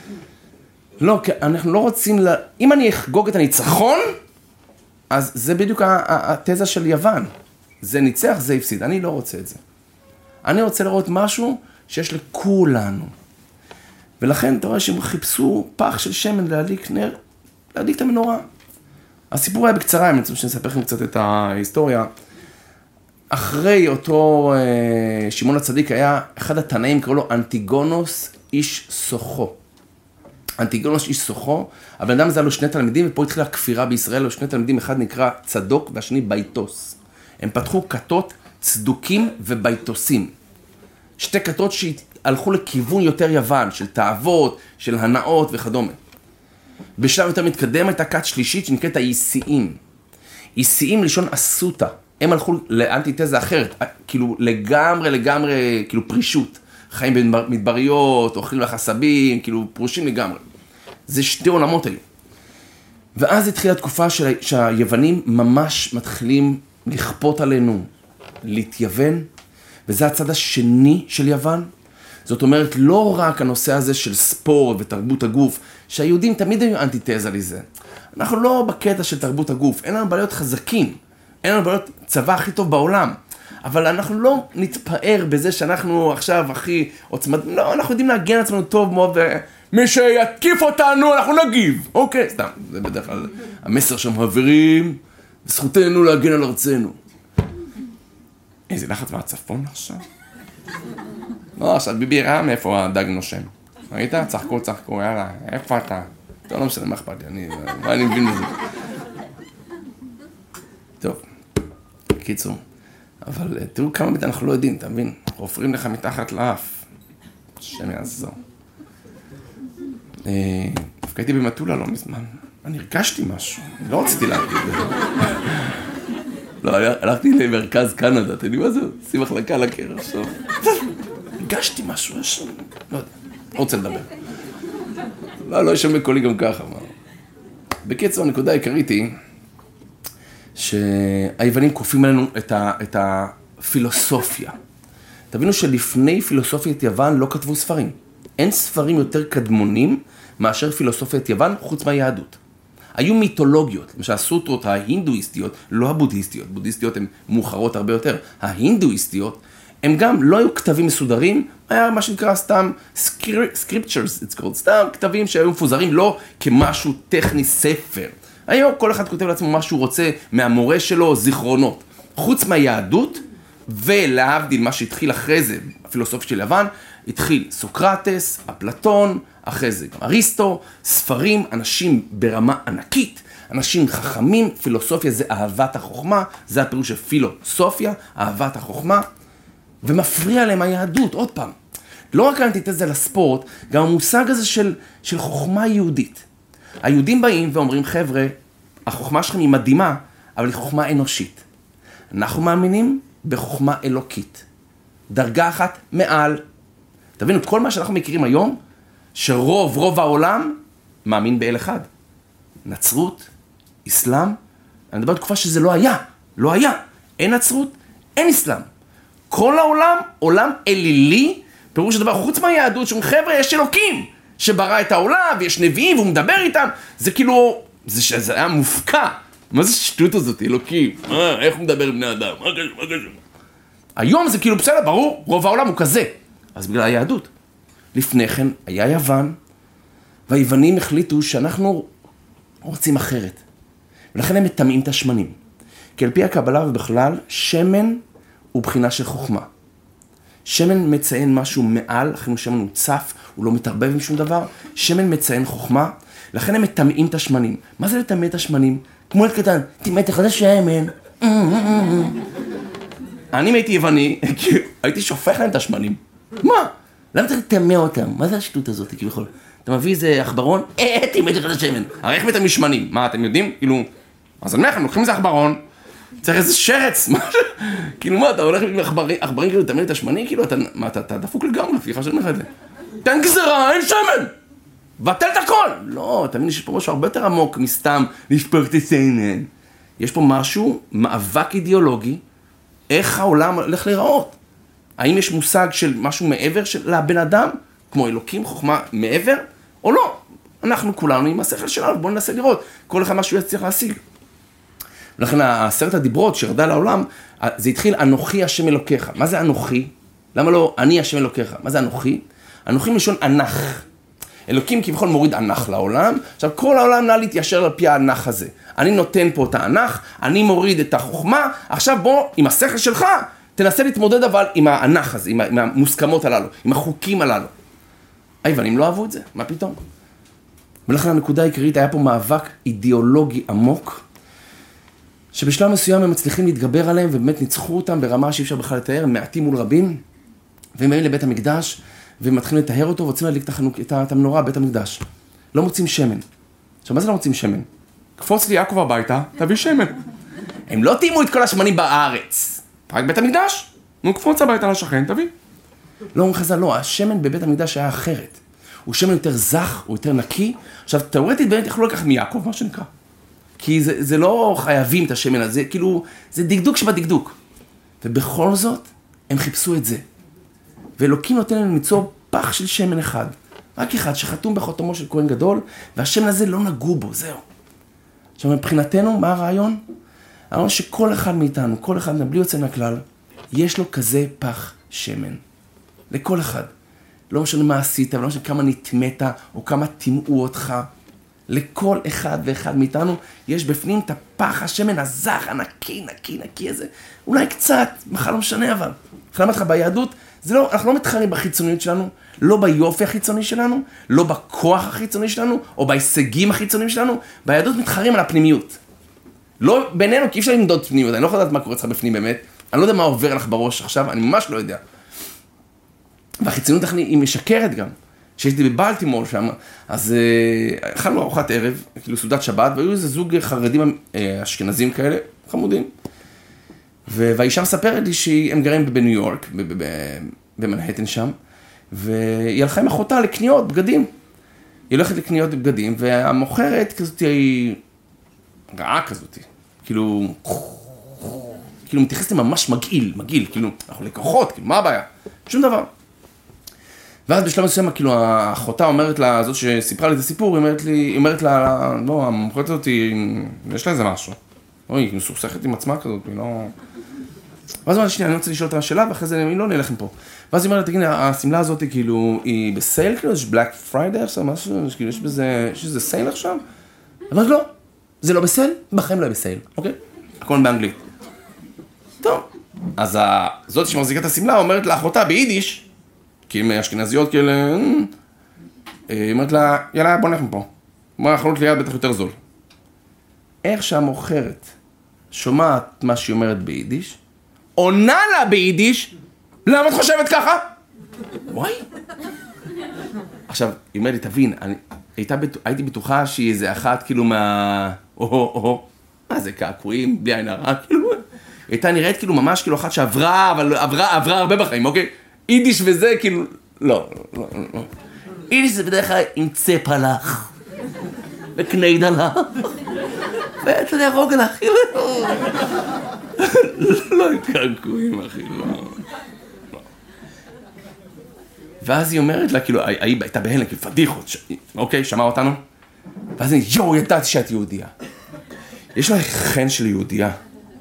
לא, כי אנחנו לא רוצים, לה... אם אני אחגוג את הניצחון, אז זה בדיוק התזה של יוון. זה ניצח, זה הפסיד. אני לא רוצה את זה. אני רוצה לראות משהו שיש לכולנו. ולכן אתה רואה שהם חיפשו פח של שמן להדליק נר, להדליק את המנורה. הסיפור היה בקצרה, אני רוצה שנספר לכם קצת את ההיסטוריה. אחרי אותו אה, שמעון הצדיק היה אחד התנאים, קראו לו אנטיגונוס איש סוחו. אנטיגונוס איש סוחו, הבן אדם הזה היה לו שני תלמידים, ופה התחילה הכפירה בישראל, לו שני תלמידים, אחד נקרא צדוק והשני בייטוס. הם פתחו כתות צדוקים ובייטוסים. שתי כתות שהלכו לכיוון יותר יוון, של תאוות, של הנאות וכדומה. בשלב יותר מתקדם הייתה כת שלישית שנקראת האיסיים. איסיים לשון אסותא. הם הלכו לאנטיתזה אחרת, כאילו לגמרי, לגמרי, כאילו פרישות. חיים במדבריות, אוכלים לחסבים, כאילו פרושים לגמרי. זה שתי עולמות היו. ואז התחילה התקופה של, שהיוונים ממש מתחילים לכפות עלינו, להתייוון, וזה הצד השני של יוון. זאת אומרת, לא רק הנושא הזה של ספורט ותרבות הגוף, שהיהודים תמיד היו אנטיתזה לזה. אנחנו לא בקטע של תרבות הגוף, אין לנו בעיות חזקים, אין לנו בעיות צבא הכי טוב בעולם, אבל אנחנו לא נתפאר בזה שאנחנו עכשיו הכי עוצמת, לא, אנחנו יודעים להגן עצמנו טוב מאוד, ומי שיתקיף אותנו אנחנו נגיב, אוקיי, סתם, זה בדרך כלל המסר שמעבירים, זכותנו להגן על ארצנו. איזה לחץ מהצפון עכשיו? לא, עכשיו ביבי ראה מאיפה הדג נושם. ראית? צחקו, צחקו, יאללה, איפה אתה? טוב, לא משנה, מה אכפת לי, אני, מה אני מבין בזה? טוב, קיצור, אבל תראו כמה באמת אנחנו לא יודעים, אתה מבין? חופרים לך מתחת לאף, השם יעזור. הפקעתי במטולה לא מזמן, אני הרגשתי משהו, אני לא רציתי להגיד את זה. לא, הלכתי למרכז קנדה, אתה יודעים מה זה? שים מחלקה לקר עכשיו. הרגשתי משהו, יש... לא יודע, לא רוצה לדבר. לא, לא ישמע קולי גם ככה. בקיצור, הנקודה העיקרית היא שהיוונים כופים עלינו את, ה, את הפילוסופיה. תבינו שלפני פילוסופיית יוון לא כתבו ספרים. אין ספרים יותר קדמונים מאשר פילוסופיית יוון חוץ מהיהדות. היו מיתולוגיות, למשל הסוטרות ההינדואיסטיות, לא הבודהיסטיות, בודהיסטיות הן מאוחרות הרבה יותר, ההינדואיסטיות, הם גם לא היו כתבים מסודרים, היה מה שנקרא סתם scriptures, it's called, סתם כתבים שהיו מפוזרים לא כמשהו טכני ספר. היום כל אחד כותב לעצמו מה שהוא רוצה מהמורה שלו, זיכרונות. חוץ מהיהדות, ולהבדיל מה שהתחיל אחרי זה, הפילוסופיה של יוון, התחיל סוקרטס, אפלטון, אחרי זה גם אריסטו, ספרים, אנשים ברמה ענקית, אנשים חכמים, פילוסופיה זה אהבת החוכמה, זה הפירוש של פילוסופיה, אהבת החוכמה, ומפריע להם היהדות, עוד פעם. לא רק האנטיתזה לספורט, גם המושג הזה של, של חוכמה יהודית. היהודים באים ואומרים, חבר'ה, החוכמה שלכם היא מדהימה, אבל היא חוכמה אנושית. אנחנו מאמינים בחוכמה אלוקית. דרגה אחת מעל. תבינו, כל מה שאנחנו מכירים היום, שרוב, רוב העולם, מאמין באל אחד. נצרות, אסלאם, אני מדבר בתקופה שזה לא היה. לא היה. אין נצרות, אין אסלאם. כל העולם, עולם אלילי, פירוש הדבר, חוץ מהיהדות, שאומרים, חבר'ה, יש אלוקים שברא את העולם, ויש נביאים, והוא מדבר איתם. זה כאילו, זה, זה היה מופקע. מה זה שטות הזאת, אלוקים? אה, איך הוא מדבר עם בני אדם? מה קשור, מה קשור? היום זה כאילו בסדר, ברור, רוב העולם הוא כזה. אז בגלל היהדות. לפני כן היה יוון, והיוונים החליטו שאנחנו רוצים אחרת. ולכן הם מטמאים את השמנים. כי על פי הקבלה ובכלל, שמן הוא בחינה של חוכמה. שמן מציין משהו מעל, לכן שמן הוא צף, הוא לא מתערבב עם שום דבר. שמן מציין חוכמה, לכן הם מטמאים את השמנים. מה זה לטמא את השמנים? כמו ילד קטן, תטמא את השמן. אני הייתי יווני, הייתי שופך להם את השמנים. מה? למה אתה תטמא אותם? מה זה השטות הזאת, כביכול? אתה מביא איזה עכברון, אה, תטמא את השמן. הרי איך מטמאים שמנים? מה, אתם יודעים? כאילו, אז אני אומר לכם, לוקחים איזה עכברון, צריך איזה שרץ, כאילו מה, אתה הולך עם עכברים כאילו לטמא את השמנים, כאילו, מה, אתה דפוק לגמרי, סליחה שאני אומר לך את זה. תן גזרה, אין שמן! בטל את הכל! לא, תמיד יש פה משהו הרבה יותר עמוק מסתם לשפוך את השמן. יש פה משהו, מאבק אידיאולוגי, איך העולם הולך להיראות. האם יש מושג של משהו מעבר של לבן אדם, כמו אלוקים, חוכמה מעבר, או לא? אנחנו כולנו עם השכל שלנו, בואו ננסה לראות, כל אחד משהו יצליח להשיג. ולכן עשרת הדיברות שירדה לעולם, זה התחיל אנוכי השם אלוקיך. מה זה אנוכי? למה לא אני השם אלוקיך? מה זה אנוכי? אנוכי מלשון אנך. אלוקים כביכול מוריד אנך לעולם, עכשיו כל העולם נע להתיישר על פי האנך הזה. אני נותן פה את האנך, אני מוריד את החוכמה, עכשיו בוא עם השכל שלך, תנסה להתמודד אבל עם האנך הזה, עם, עם המוסכמות הללו, עם החוקים הללו. היוונים לא אהבו את זה, מה פתאום? ולכן הנקודה העיקרית היה פה מאבק אידיאולוגי עמוק, שבשלב מסוים הם מצליחים להתגבר עליהם, ובאמת ניצחו אותם ברמה שאי אפשר בכלל לתאר, מעטים מול רבים, והם באים לבית המקדש, והם מתחילים לתאר אותו, ורוצים להדליק את, החנוק, את המנורה בבית המקדש. לא מוצאים שמן. עכשיו, מה זה לא מוצאים שמן? קפוץ לי יעקב הביתה, תביא שמן. הם לא תאימו את כל השמנים בארץ. רק בית המקדש, נו קפוץ הביתה לשכן, תביא. לא, אומרים חז"ל, לא, השמן בבית המקדש היה אחרת. הוא שמן יותר זך, הוא יותר נקי. עכשיו, תאורטית באמת יכלו לקחת מיעקב, מה שנקרא. כי זה, זה לא חייבים את השמן הזה, כאילו, זה דקדוק שבדקדוק. ובכל זאת, הם חיפשו את זה. ואלוקים נותן לנו למצוא פח של שמן אחד. רק אחד שחתום בחותמו של כהן גדול, והשמן הזה לא נגעו בו, זהו. עכשיו, מבחינתנו, מה הרעיון? הרעיון שכל אחד מאיתנו, כל אחד בלי יוצא מהכלל, יש לו כזה פח שמן. לכל אחד. לא משנה מה עשית, ולא משנה כמה נטמאת, או כמה טימאו אותך. לכל אחד ואחד מאיתנו, יש בפנים את הפח השמן הזך, הנקי, נקי, נקי הזה. אולי קצת, בכלל לא משנה אבל. חלמת לך ביהדות, זה לא, אנחנו לא מתחרים בחיצוניות שלנו, לא ביופי החיצוני שלנו, לא בכוח החיצוני שלנו, או בהישגים החיצוניים שלנו, ביהדות מתחרים על הפנימיות. לא בינינו, כי אי אפשר למדוד פנימיות, אני לא יכול לדעת מה קורה אצלך בפנים באמת, אני לא יודע מה עובר לך בראש עכשיו, אני ממש לא יודע. והחיצוניות היא משקרת גם. כשהייתי בבלטימור שם, אז אכלנו ארוחת ערב, כאילו סעודת שבת, והיו איזה זוג חרדים אשכנזים כאלה, חמודים. והאישה מספרת לי שהם גרים בניו יורק, במנהטן שם, והיא הלכה עם אחותה לקניות, בגדים. היא הולכת לקניות בבגדים, והמוכרת כזאת היא רעה כזאת, כאילו, כאילו מתייחסת ממש מגעיל, מגעיל, כאילו, אנחנו לקוחות, כאילו, מה הבעיה? שום דבר. ואז בשלב מסוים, כאילו, האחותה אומרת לה, זאת שסיפרה לי את הסיפור, היא אומרת לי, היא אומרת לה, לא, המוכרת הזאת, יש לה איזה משהו. אוי, היא מסוכסכת עם עצמה כזאת, היא לא... ואז היא אומרת, שנייה, אני רוצה לשאול את השאלה, ואחרי זה, היא לא נלך מפה. ואז היא אומרת, תגיד, הסמלה הזאת, כאילו, היא בסייל, כאילו, יש בלק פריידי עכשיו, משהו, כאילו, יש בזה, יש איזה סייל עכשיו? היא אומרת, לא, זה לא בסייל, בחיים לא יהיה בסייל, אוקיי? הכל באנגלית. טוב, אז זאת שמחזיקה את הסמלה, אומרת לאחותה ביידיש, כי הן אשכנזיות כאלה, היא אומרת לה, יאללה, בוא נלך מפה. בוא נחלות ליד בטח יותר זול. איך שהמוכרת שומעת מה שהיא אומרת ביידיש, עונה לה ביידיש, למה את חושבת ככה? וואי. עכשיו, היא אומרת לי, תבין, אני, הייתה, הייתי בטוחה שהיא איזה אחת כאילו מה... או-הו-הו, מה זה קעקועים, בלי עין הרע, כאילו... הייתה נראית כאילו ממש כאילו אחת שעברה, אבל עברה, עברה הרבה בחיים, אוקיי? יידיש וזה כאילו... לא, לא, לא. יידיש זה בדרך כלל עם צפ הלך, וקנייד הלך, ואתה יודע, רוג הלך, לא קעקועים, אחי, לא. ואז היא אומרת לה, כאילו, היא הייתה בהלם, כאילו, פדיחות, אוקיי, שמע אותנו? ואז היא, יואו, ידעתי שאת יהודייה. יש לה חן של יהודייה.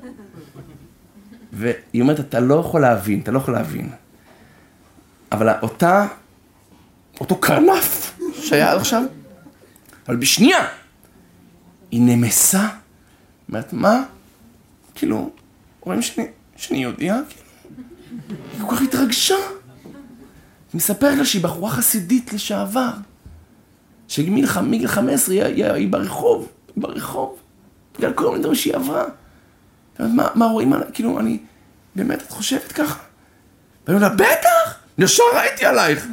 והיא אומרת, אתה לא יכול להבין, אתה לא יכול להבין. אבל אותה, אותו קרנף שהיה עד עכשיו, אבל בשנייה, היא נמסה. אומרת, מה? כאילו, רואים שאני, שאני יהודייה? היא כל כך התרגשה. היא מספרת לה שהיא בחורה חסידית לשעבר. שמגיל חמש עשרה היא ברחוב, היא ברחוב. בגלל כל מיני דברים שהיא עברה. מה, מה רואים עליי? כאילו, אני... באמת, את חושבת ככה? ואני אומר לה, בטח! ישר ראיתי עלייך!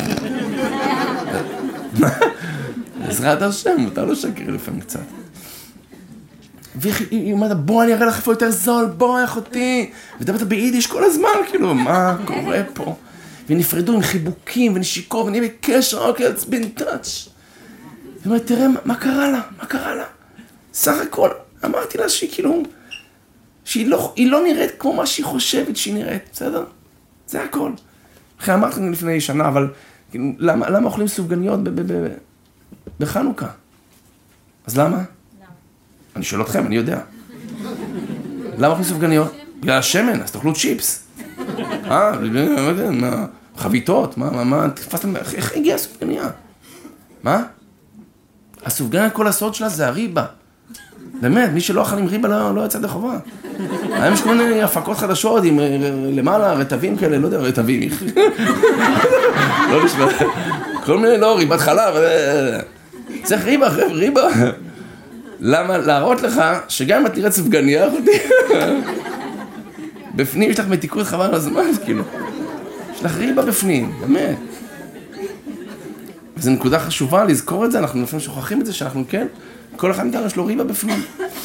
בעזרת השם, מותר לא שקר לפעמים קצת. והיא אומרת, בוא, אני אראה לך איפה יותר זול, בוא, אחותי! ודברת ביידיש כל הזמן, כאילו, מה קורה פה? ונפרדו עם חיבוקים ונשיקות, ונהיה בקשר, אוקיי, it's been touch. היא אומרת, תראה, מה קרה לה? מה קרה לה? סך הכל, אמרתי לה שהיא כאילו... שהיא לא, היא לא נראית כמו מה שהיא חושבת שהיא נראית, בסדר? זה הכל. אחרי אמרתי לי לפני שנה, אבל למה, למה אוכלים סופגניות ב- ב- ב- בחנוכה? אז למה? למה? אני שואל אתכם, אני יודע. למה אוכלים סופגניות? בגלל השמן, אז תאכלו צ'יפס. אה, מה, חביתות, מה, מה, מה, תפסתם, איך הגיעה הסופגניה? מה? הסופגניה, כל הסוד שלה זה הריבה. באמת, מי שלא אכל עם ריבה לא, לא יצא לחובה. היום יש כל מיני הפקות חדשות עם למעלה, רטבים כאלה, לא יודע, רטבים. לא נשמע. כל מיני, לא, ריבת חלב. צריך ריבה, חבר'ה, ריבה. למה? להראות לך שגם אם את נראית סופגניה, בפנים יש לך מתיקות חבל הזמן, כאילו. יש לך ריבה בפנים, באמת. וזו נקודה חשובה לזכור את זה, אנחנו לפעמים שוכחים את זה, שאנחנו כן, כל אחד מאיתנו יש לו ריבה בפנים.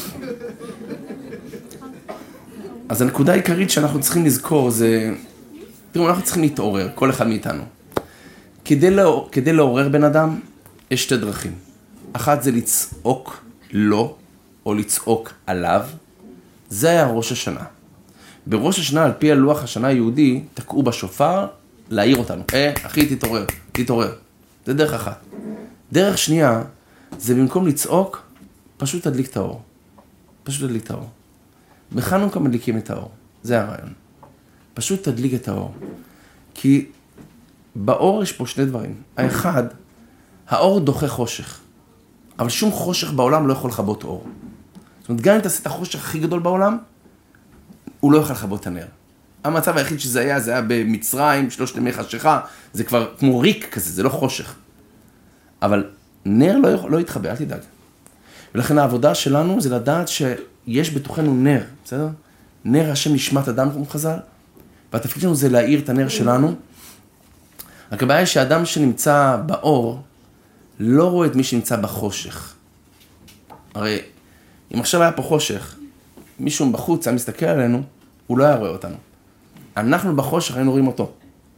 אז הנקודה העיקרית שאנחנו צריכים לזכור זה, תראו, אנחנו צריכים להתעורר, כל אחד מאיתנו. כדי, לא, כדי לעורר בן אדם, יש שתי דרכים. אחת זה לצעוק לו, או לצעוק עליו. זה היה ראש השנה. בראש השנה, על פי הלוח השנה היהודי, תקעו בשופר להעיר אותנו. אה, אחי, תתעורר, תתעורר. זה דרך אחת. דרך שנייה, זה במקום לצעוק, פשוט תדליק את האור. פשוט תדליק את האור. בחנוכה מדליקים את האור. זה הרעיון. פשוט תדליק את האור. כי באור יש פה שני דברים. האחד, האור דוחה חושך. אבל שום חושך בעולם לא יכול לכבות אור. זאת אומרת, גם אם תעשה את החושך הכי גדול בעולם, הוא לא יכול לכבות את הנר. המצב היחיד שזה היה, זה היה במצרים, שלושת ימי חשיכה, זה כבר כמו ריק כזה, זה לא חושך. אבל נר לא, יכול, לא יתחבא, אל תדאג. ולכן העבודה שלנו זה לדעת שיש בתוכנו נר, בסדר? נר השם נשמת אדם כמו חז"ל, והתפקיד שלנו זה להאיר את הנר שלנו. רק הבעיה היא שאדם שנמצא באור, לא רואה את מי שנמצא בחושך. הרי אם עכשיו היה פה חושך, מישהו בחוץ היה מסתכל עלינו, הוא לא היה רואה אותנו. אנחנו בחושך היינו רואים אותו.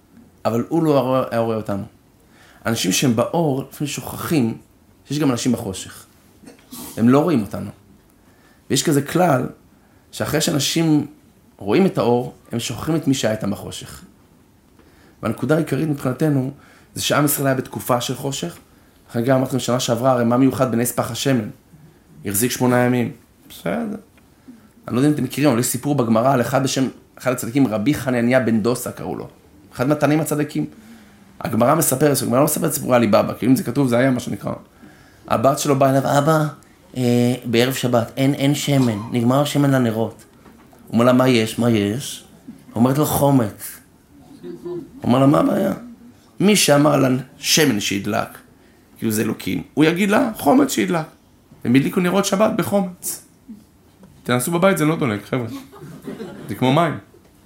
אבל הוא לא היה רואה אותנו. אנשים שהם באור, לפעמים שוכחים, שיש גם אנשים בחושך. הם לא רואים אותנו. ויש כזה כלל, שאחרי שאנשים רואים את האור, הם שוכחים את מי שהיה איתם בחושך. והנקודה העיקרית מבחינתנו, זה שעם ישראל היה בתקופה של חושך. אחרי גם אמרתם שנה שעברה, הרי מה מיוחד בנס פח השמן? החזיק שמונה ימים. בסדר. אני לא יודע אם אתם מכירים, אבל יש סיפור בגמרא על אחד בשם, אחד הצדיקים, רבי חנניה בן דוסה קראו לו. אחד מהתנאים הצדיקים. הגמרא מספרת, הגמרא לא מספרת סיפורי עלי בבא, כאילו אם זה כתוב, זה היה מה שנקרא. הבת שלו באה אליו, אבא, אה, בערב שבת, אין, אין שמן, נגמר השמן לנרות. הוא אומר לה, מה יש? מה יש? הוא אומרת לו, חומץ. הוא אומר לה, מה הבעיה? מי שאמר לה שמן שידלק, כאילו זה אלוקים, הוא יגיד לה, חומץ שידלק. הם הדליקו נרות שבת בחומץ. תנסו בבית, זה לא דולק, חבר'ה. זה כמו מים.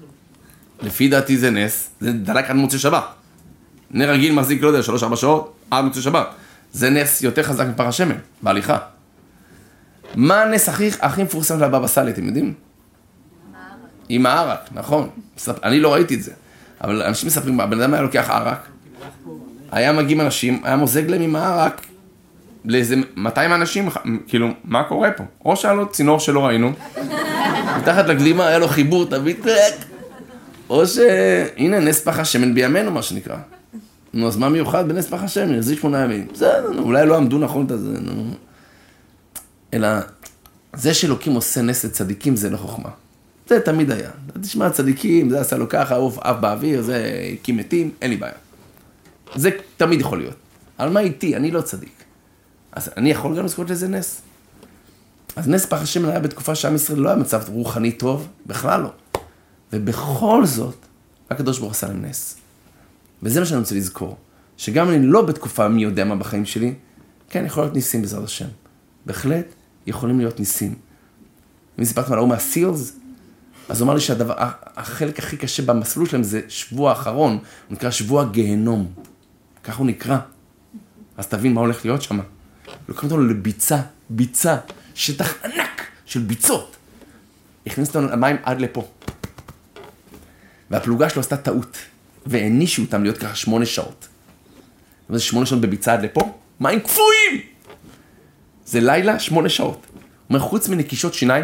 לפי דעתי זה נס, זה דלק עד מוצא שבת. נר רגיל מחזיק, לא יודע, שלוש ארבע שעות, עד מוצא שבת. זה נס יותר חזק מפח השמן, בהליכה. מה הנס הכי, הכי מפורסם של הבבא סאלי, אתם יודעים? עם הערק, נכון. אני לא ראיתי את זה. אבל אנשים מספרים, הבן אדם היה לוקח ערק, היה מגיעים אנשים, היה מוזג להם עם הערק, לאיזה מאתיים אנשים, כאילו, מה קורה פה? או שהיה לו צינור שלא ראינו, מתחת לגלימה היה לו חיבור, תביא טרק, או שהנה, נס פח השמן בימינו, מה שנקרא. נו, אז מה מיוחד בנס פח השמן? זה שמונה ימים. בסדר, אולי לא עמדו נכון את זה, נו. אלא, זה שאלוקים עושה נס לצדיקים, זה לא חוכמה. זה תמיד היה. תשמע, צדיקים, זה עשה לו ככה, עוף אף באוויר, זה הקים מתים, אין לי בעיה. זה תמיד יכול להיות. אבל מה איתי? אני לא צדיק. אז אני יכול גם לזכות לזה נס. אז נס פח השמן היה בתקופה שעם ישראל לא היה מצב רוחני טוב, בכלל לא. ובכל זאת, הקדוש ברוך עשה להם נס. וזה מה שאני רוצה לזכור. שגם אני לא בתקופה מי יודע מה בחיים שלי, כן, יכול להיות ניסים בעזרת השם. בהחלט יכולים להיות ניסים. אם סיפרתם על ההוא מהסילס, אז הוא אמר לי שהדבר, החלק הכי קשה במסלול שלהם זה שבוע האחרון, הוא נקרא שבוע גהנום. כך הוא נקרא. אז תבין מה הולך להיות שם. לוקחים אותו לביצה, ביצה, שטח ענק של ביצות. הכניס אותנו למים עד לפה. והפלוגה שלו עשתה טעות, והענישו אותם להיות ככה שמונה שעות. וזה שמונה שעות בביצה עד לפה, מים קפואים! זה לילה, שמונה שעות. הוא אומר, חוץ מנקישות שיניים,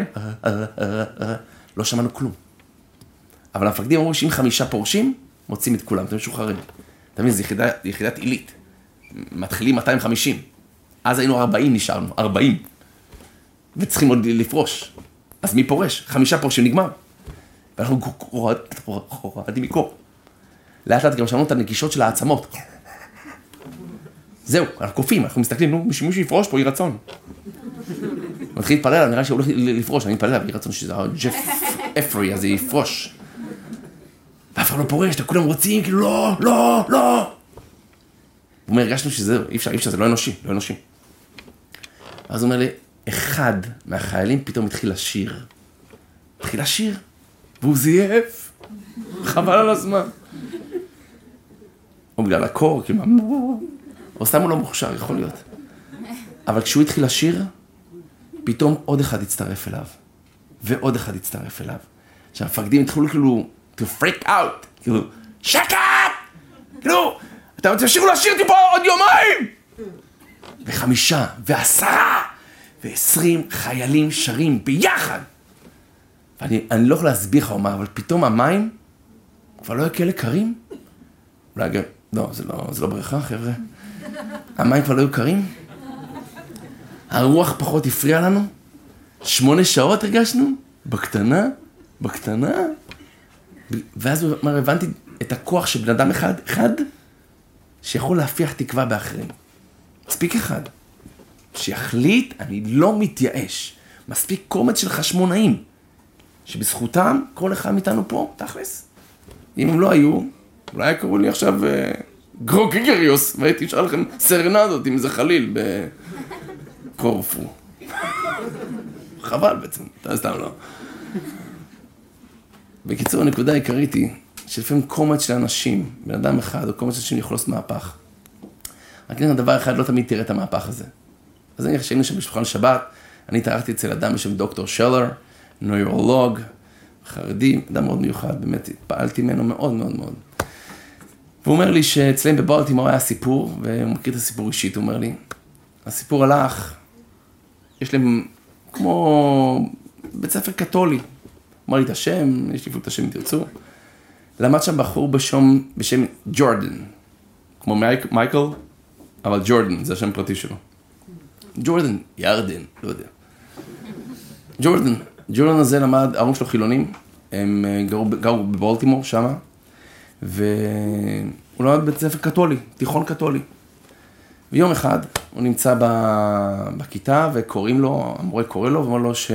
לא שמענו כלום. אבל המפקדים אמרו שאם חמישה פורשים, מוצאים את כולם, אתם משוחררים. אתה מבין, זו יחידה, יחידת עילית. מתחילים מאתיים וחמישים. אז היינו ארבעים נשארנו, ארבעים. וצריכים עוד לפרוש. אז מי פורש? חמישה פורשים נגמר. ואנחנו רועדים מקור. לאט לאט גם שמענו את הנקישות של העצמות. זהו, אנחנו קופים, אנחנו מסתכלים, נו, מישהו יפרוש פה, יהי רצון. מתחיל להתפלל, נראה שהוא הולך לפרוש, אני מתפלל, יהי רצון שזה ג'ף אפרי, אז זה יפרוש. ואף אחד לא פורש, כולם רוצים, כאילו, לא, לא, לא. הוא אומר, הרגשנו שזה, אי אפשר, אי אפשר, זה לא אנושי, לא אנושי. אז הוא אומר לי, אחד מהחיילים פתאום התחיל לשיר. התחיל לשיר, והוא זייף. חבל על הזמן. או בגלל הקור, כאילו, או סתם הוא לא מוכשר, יכול להיות. אבל כשהוא התחיל לשיר, פתאום עוד אחד הצטרף אליו. ועוד אחד הצטרף אליו. שהמפקדים התחילו כאילו, to freak out, כאילו, שקט! כאילו, אתה רוצה שירו לשיר אותי פה עוד יומיים? וחמישה, ועשרה, ועשרים חיילים שרים ביחד. ואני אני לא יכול להסביר לך, אומר, אבל פתאום המים כבר לא יהיו כאלה קרים. אולי גם, לא, זה לא, זה לא בריכה, חבר'ה. המים כבר לא יהיו קרים. הרוח פחות הפריע לנו. שמונה שעות הרגשנו, בקטנה, בקטנה. ואז הוא אמר, הבנתי את הכוח של בן אדם אחד, אחד, שיכול להפיח תקווה באחרים. מספיק אחד. שיחליט, אני לא מתייאש. מספיק קומץ של חשמונאים. שבזכותם כל אחד מאיתנו פה, תכלס. אם הם לא היו, אולי קראו לי עכשיו גרוגיגריוס, והייתי אשאל לכם סרנדות עם איזה חליל בקורפו. חבל בעצם, אתה סתם לא. בקיצור, הנקודה העיקרית היא, שלפעמים קומץ של אנשים, בן אדם אחד או קומץ של אנשים יכול לעשות מהפך. רק נראה דבר אחד, לא תמיד תראה את המהפך הזה. אז אני חשבנו שבשולחן שבת, אני התארחתי אצל אדם בשם דוקטור שלר, נוירולוג, חרדי, אדם מאוד מיוחד, באמת התפעלתי ממנו מאוד מאוד מאוד. והוא אומר לי שאצלם בבולטימור היה סיפור, והוא מכיר את הסיפור אישית, הוא אומר לי, הסיפור הלך, יש להם כמו בית ספר קתולי, אמר לי את השם, יש לי אפילו את השם אם תרצו, למד שם בחור בשם, בשם ג'ורדן, כמו מייק, מייקל, אבל ג'ורדן, זה השם פרטי שלו. ג'ורדן, ירדן, לא יודע. ג'ורדן, ג'ורדן הזה למד, ההורים שלו חילונים, הם גרו, גרו בבולטימור שמה, והוא למד בית ספר קתולי, תיכון קתולי. ויום אחד הוא נמצא בכיתה וקוראים לו, המורה קורא לו ואומר לו ש...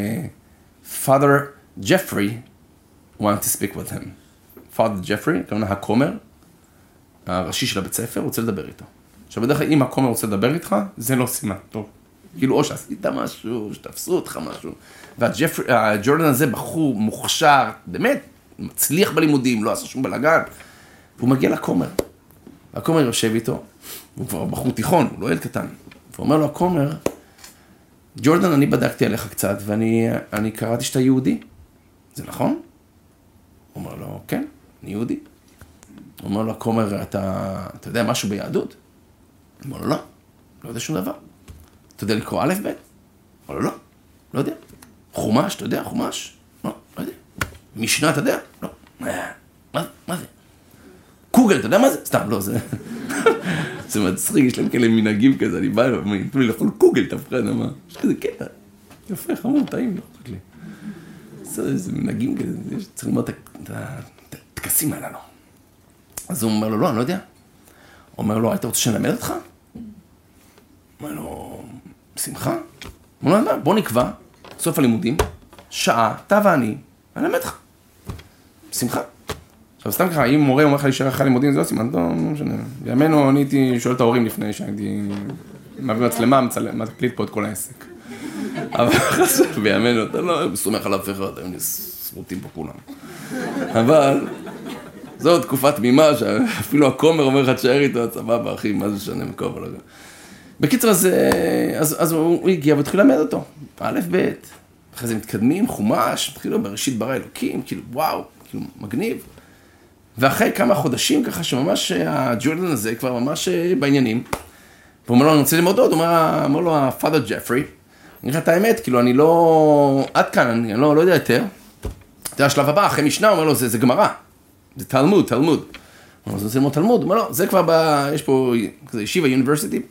Father Jeffrey wanted to speak with him. Father Jeffrey, כמובן הכומר, הראשי של הבית ספר, רוצה לדבר איתו. עכשיו בדרך כלל אם הכומר רוצה לדבר איתך, זה לא סימן טוב. כאילו או שעשית משהו, שתפסו אותך משהו. והג'ורדן הזה בחור מוכשר, באמת, מצליח בלימודים, לא עשה שום בלגן. והוא מגיע לכומר. הכומר יושב איתו, הוא כבר בחור תיכון, הוא לא ילד קטן. והוא אומר לו, הכומר, ג'ורדן, אני בדקתי עליך קצת, ואני אני קראתי שאתה יהודי. זה נכון? הוא אומר לו, כן, אני יהודי. הוא אומר לו, הכומר, אתה, אתה יודע משהו ביהדות? הוא אומר לו, לא, לא יודע שום דבר. אתה יודע לקרוא א' ב'? הוא אומר לו, לא, לא יודע. חומש, אתה יודע, חומש? לא, לא יודע. משנה, אתה יודע? לא. מה, מה זה? קוגל, אתה יודע מה זה? סתם, לא, זה... זה מצחיק, יש להם כאלה מנהגים כזה, אני בא, תנו לי לאכול קוגל, תפחד, מה? יש כזה קטע. יפה, חמור, טעים, לא אכפת לי. זה מנהגים כזה, צריך ללמוד את הטקסים הללו. אז הוא אומר לו, לא, אני לא יודע. הוא אומר לו, היית רוצה שנלמד אותך? הוא אומר לו, שמחה. הוא אומר לו, בוא נקבע, סוף הלימודים, שעה, אתה ואני, אני אלמד לך. שמחה. עכשיו, סתם ככה, אם מורה אומר לך להישאר אחרי לימודים, זה לא סימן, לא משנה. בימינו, אני הייתי שואל את ההורים לפני שהייתי מעביר מצלמה, מקליט פה את כל העסק. אבל חשוב, בימינו, אתה לא סומך על אף אחד, היו סרוטים פה כולם. אבל, זו תקופת תמימה, שאפילו הכומר אומר לך תשאר איתו, סבבה, אחי, מה זה שנה מקום, אבל... בקיצור, אז הוא הגיע והתחיל ללמד אותו. א' ב', אחרי זה מתקדמים, חומש, התחילו בראשית ברא אלוקים, כאילו, וואו, כאילו, מגניב. ואחרי כמה חודשים, ככה שממש הג'ורדן הזה כבר ממש בעניינים, והוא אומר לו, אני רוצה ללמוד עוד, הוא אומר לו, הפאדר ג'פרי, אני אגיד לך את האמת, כאילו, אני לא, עד כאן, אני לא, לא יודע יותר. זה השלב הבא, אחרי משנה, הוא אומר לו, זה, זה גמרא, זה תלמוד, תלמוד. הוא אומר לו, זה רוצה ללמוד תלמוד, הוא אומר לו, זה כבר ב, יש פה כזה ישיבה, יוניברסיטי,